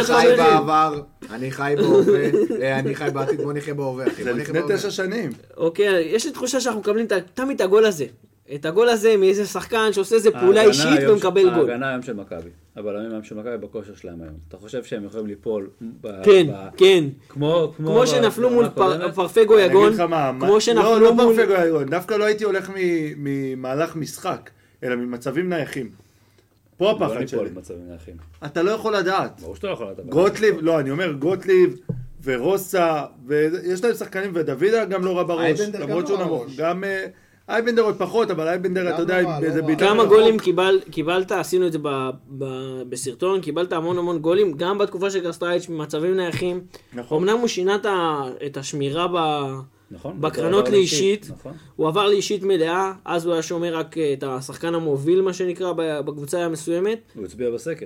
אני חי בהווה, אני חי בעתיד, בוא נחיה בהווה, אחי. זה לפני 9 שנים. אוקיי, יש לי תחושה שאנחנו מקבלים תמיד את הגול הזה. את הגול הזה מאיזה שחקן שעושה איזה פעולה אישית ומקבל גול. ההגנה היום של מכבי, הבלמים היום של מכבי בכושר שלהם היום. אתה חושב שהם יכולים ליפול? כן. כמו שנפלו מול פרפגו יגון. לא פרפגו יגון, דווקא לא הייתי הולך ממהלך משחק, אלא ממצבים נייחים. פה הפחד שלי. אתה לא יכול לדעת. ברור שאתה לא יכול לדעת. גוטליב, לא, אני אומר גוטליב ורוסה, ויש להם שחקנים, ודוידה גם לא רע בראש. למרות שהוא נמוך. גם... אייבנדר עוד פחות, אבל אייבנדר, אתה יודע, זה בעיטה... כמה גולים קיבלת, עשינו את זה בסרטון, קיבלת המון גולים, גם בתקופה של קרסטייץ' במצבים נייחים. אמנם הוא שינה את השמירה בקרנות לאישית, הוא עבר לאישית מלאה, אז הוא היה שומר רק את השחקן המוביל, מה שנקרא, בקבוצה המסוימת. הוא הצביע בסקר.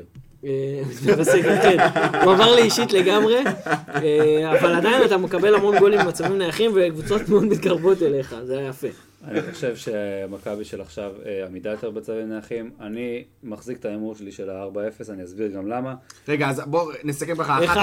כן. הוא עבר לאישית לגמרי, אבל עדיין אתה מקבל המון גולים במצבים נייחים, וקבוצות מאוד מתקרבות אליך, זה היה יפה. אני חושב שמכבי של עכשיו עמידה יותר בצווים נייחים. אני מחזיק את האימור שלי של ה-4-0, אני אסביר גם למה. רגע, אז בואו נסכם ככה. 1-1,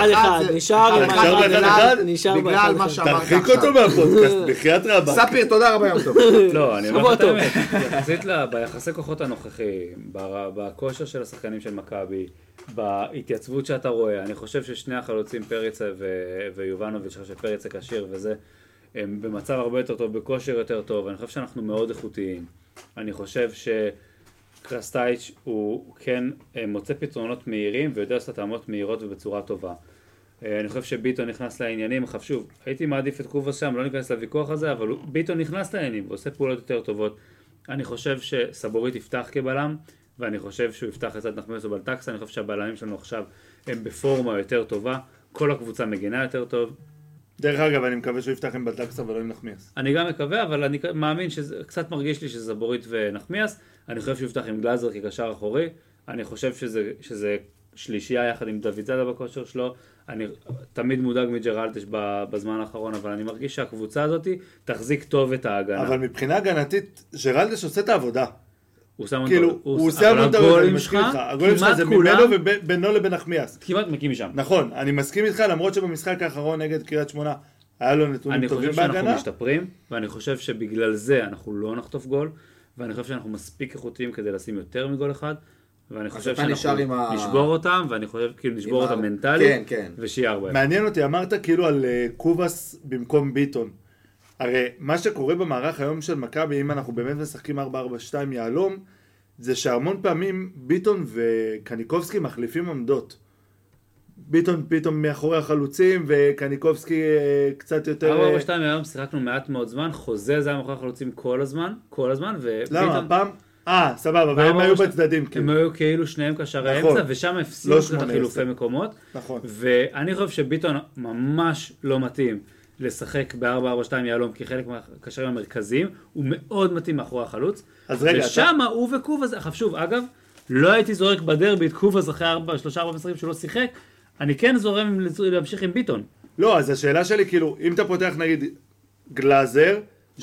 נשאר בגלל מה שאמרת עכשיו. תרחיק אותו מהפודקאסט, בחיית רבה. ספיר, תודה רבה, יום טוב. לא, אני אומר את האמת. יחסית ביחסי כוחות הנוכחיים, בכושר של השחקנים של מכבי, בהתייצבות שאתה רואה, אני חושב ששני החלוצים פריצה ויובנוביץ' שפריצה כשיר וזה, הם במצב הרבה יותר טוב, בכושר יותר טוב, אני חושב שאנחנו מאוד איכותיים. אני חושב שקרסטייץ' הוא כן מוצא פתרונות מהירים ויודע לעשות התאמות מהירות ובצורה טובה. אני חושב שביטון נכנס לעניינים, עכשיו שוב, הייתי מעדיף את קובוס שם, לא ניכנס לוויכוח הזה, אבל ביטון נכנס לעניינים ועושה פעולות יותר טובות. אני חושב שסבורית יפתח כבלם, ואני חושב שהוא יפתח לצד נחמיאס ובלטקס, אני חושב שהבלמים שלנו עכשיו הם בפורמה יותר טובה, כל הקבוצה מגינה יותר טוב. דרך אגב, אני מקווה שהוא יפתח עם בלטקסה ולא עם נחמיאס. אני גם מקווה, אבל אני מאמין שקצת מרגיש לי שזה בורית ונחמיאס. אני חושב שהוא יפתח עם גלאזר כקשר אחורי. אני חושב שזה שלישייה יחד עם דוד זאדה בכושר שלו. אני תמיד מודאג מג'רלדש בזמן האחרון, אבל אני מרגיש שהקבוצה הזאת תחזיק טוב את ההגנה. אבל מבחינה הגנתית, ג'רלדש עושה את העבודה. הוא שם כאילו, הוא עושה המון את העבודה, אני מסכים איתך. הגולים שלך זה ממנו ובינו לבין נחמיאס. כמעט מקים משם. נכון, אני מסכים איתך, למרות שבמשחק האחרון נגד קריית שמונה, היה לו נתונים טובים בהגנה. אני חושב שאנחנו משתפרים, ואני חושב שבגלל זה אנחנו לא נחטוף גול, ואני חושב שאנחנו מספיק איכותיים כדי לשים יותר מגול אחד, ואני חושב שאנחנו נשבור אותם, ואני חושב כאילו נשבור אותם מנטלית, ושיהיה 4. מעניין אותי, אמרת כאילו על קובס במקום ביטון. הרי מה שקורה במערך היום של מכבי, אם אנחנו באמת משחקים 4-4-2 יעלום, זה שהמון פעמים ביטון וקניקובסקי מחליפים עמדות. ביטון פתאום מאחורי החלוצים, וקניקובסקי קצת יותר... 4-4-2 היום שיחקנו מעט מאוד זמן, חוזה זה היה מאחורי החלוצים כל הזמן, וביטון... למה? הפעם... סבבה, והם היו בצדדים. הם היו כאילו שניהם קשרי אמצע, ושם הפסידו את החילופי מקומות. נכון. ואני חושב שביטון ממש לא מתאים לשחק ב-4-4-2 יעלום, כי חלק מהקשרים המרכזיים, הוא מאוד מתאים מאחורי החלוץ. אז רגע, ושם הוא וקובאז, שוב, אגב, לא הייתי זורק בדרבי את קובאז אחרי 3-4 משחקים שלא שיחק, אני כן זורם להמשיך עם ביטון. לא, אז השאלה שלי, כאילו, אם אתה פותח נגיד גלאזר,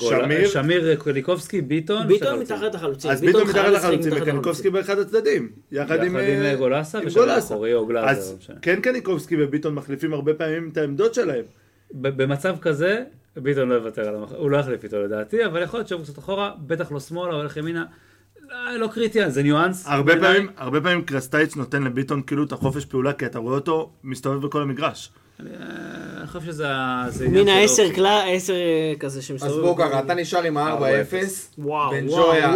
שמיר, קניקובסקי, ביטון מתחת לחלוצים. אז ביטון מתחת לחלוצים וקניקובסקי באחד הצדדים. יחד עם גולסה ושמיר אחורי או גלאזר. אז כן קניקובסקי וביטון מחליפים הרבה פעמים את העמדות שלהם. במצב כזה, ביטון לא יוותר על הוא לא יחליף איתו לדעתי, אבל יכול להיות שהוא קצת אחורה, בטח לא שמאלה, הולך ימינה. לא קריטי, זה ניואנס. הרבה פעמים קרסטייץ' נותן לביטון כאילו את החופש פעולה, כי אתה רואה אותו מסתובב בכל המגרש. אני חושב שזה... מן ה-10 כזה שמסתובב. אז בואו ככה, אתה נשאר עם ה-4-0. בן ג'ויה,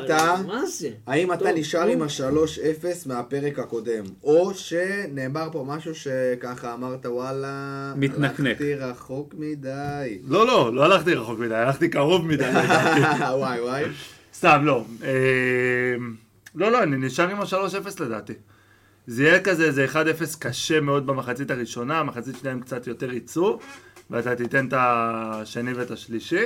האם אתה נשאר עם ה-3-0 מהפרק הקודם? או שנאמר פה משהו שככה אמרת, וואלה... מתנקנק. הלכתי רחוק מדי. לא הלכתי רחוק מדי, הלכתי קרוב מדי. וואי. סתם, לא. לא, אני נשאר עם ה-3-0 לדעתי. זה יהיה כזה, זה 1-0 קשה מאוד במחצית הראשונה, המחצית שלהם קצת יותר ייצור, ואתה תיתן את השני ואת השלישי.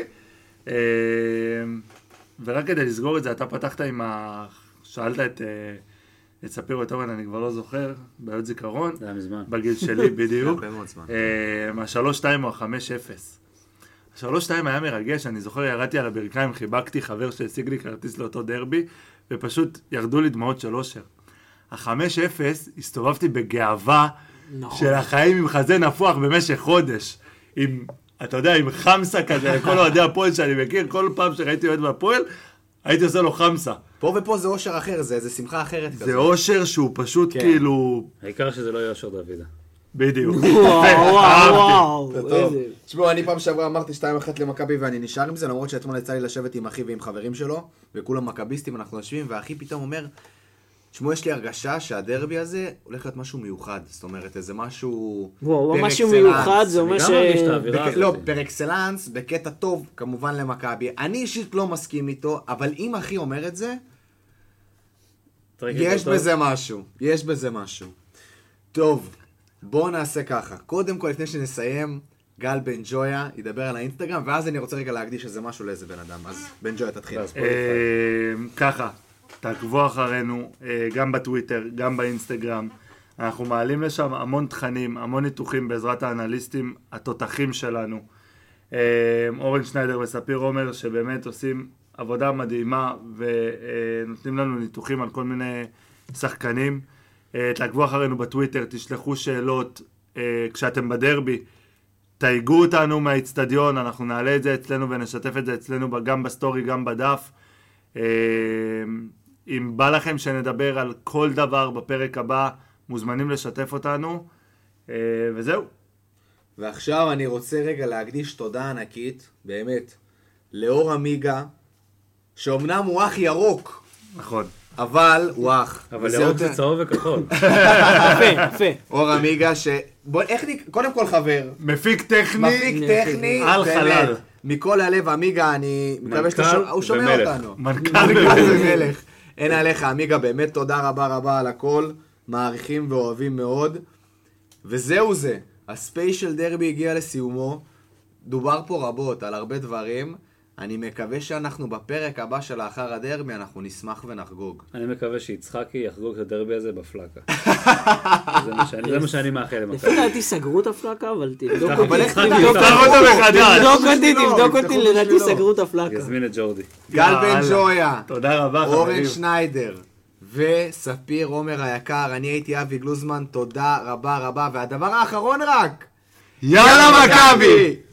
ורק כדי לסגור את זה, אתה פתחת עם שאלת את ספיר או תורן, אני כבר לא זוכר, בעיות זיכרון. זה היה מזמן. בגיל שלי בדיוק. הרבה מאוד זמן. ה-3-2 או ה-5-0. ה-3-2 היה מרגש, אני זוכר, ירדתי על הברכיים, חיבקתי חבר שהשיג לי כרטיס לאותו דרבי, ופשוט ירדו לי דמעות של אושר. ה-5-0 הסתובבתי בגאווה של החיים עם חזה נפוח במשך חודש. אתה יודע, עם חמסה כזה, כל אוהדי הפועל שאני מכיר, כל פעם שראיתי אוהד בהפועל, הייתי עושה לו חמסה. פה ופה זה אושר אחר, זה שמחה אחרת כזה. זה אושר שהוא פשוט כאילו... העיקר שזה לא יהיה אושר דוידה. בדיוק. וואו. תשמעו, אני פעם שעברה אמרתי 2-1 למכבי ואני נשאר עם זה, למרות שאתמול יצא לי לשבת עם אחי ועם חברים שלו, וכולם מכביסטים, אנחנו יושבים, ואחי פתאום אומר, תשמעו, יש לי הרגשה שהדרבי הזה הולך להיות משהו מיוחד, זאת אומרת, איזה משהו... וואו, משהו מיוחד, זה אומר ש... לא, פר-אקסלנס, בקטע טוב, כמובן למכבי. אני אישית לא מסכים איתו, אבל אם אחי אומר את זה, יש בזה משהו. טוב, בואו נעשה ככה. קודם כל, לפני שנסיים, גל בן ג'ויה ידבר על האינסטגרם, ואז אני רוצה רגע להקדיש איזה משהו לאיזה בן אדם. אז בן ג'ויה תתחיל. ככה. תעקבו אחרינו, גם בטוויטר, גם באינסטגרם. אנחנו מעלים לשם המון תכנים, המון ניתוחים בעזרת האנליסטים התותחים שלנו. אורן שניידר וספיר עומר שבאמת עושים עבודה מדהימה ונותנים לנו ניתוחים על כל מיני שחקנים. תעקבו אחרינו בטוויטר, תשלחו שאלות כשאתם בדרבי. תייגו אותנו מהאצטדיון, אנחנו נעלה את זה אצלנו ונשתף את זה אצלנו גם בסטורי, גם בדף. אם בא לכם שנדבר על כל דבר בפרק הבא, מוזמנים לשתף אותנו, וזהו. ועכשיו אני רוצה רגע להקדיש תודה ענקית, באמת, לאור עמיגה, שאומנם הוא אח ירוק. נכון. אבל הוא אח. אבל ירוק זה צהוב וכחול. יפה. אור עמיגה קודם כל חבר. מפיק טכני. על חלל. מכל הלב, עמיגה, אני מקווה שהוא שומע אותנו. מנכ"ל ומלך. אין עליך, עמיגה, באמת תודה רבה על הכל. מעריכים ואוהבים מאוד. וזהו זה. הספיישל דרבי הגיע לסיומו, דובר פה רבות על הרבה דברים, אני מקווה שאנחנו בפרק הבא של האחר הדרבי, אנחנו נשמח ונחגוג. אני מקווה שיצחקי יחגוג את הדרבי הזה בפלקה. זה מה שאני מאחל למכבי. לפי דעתי סגרו את הפלקה, אבל תבדוק אבל איך אותי. תבדוק אותי, לדעתי סגרו את הפלקה. יזמין את ג'ורדי. גל בן ג'ויה, תודה רבה, אורן חברים. שניידר וספיר עומר היקר, אני הייתי אבי גלוזמן, תודה רבה רבה, והדבר האחרון רק, יאללה מכבי!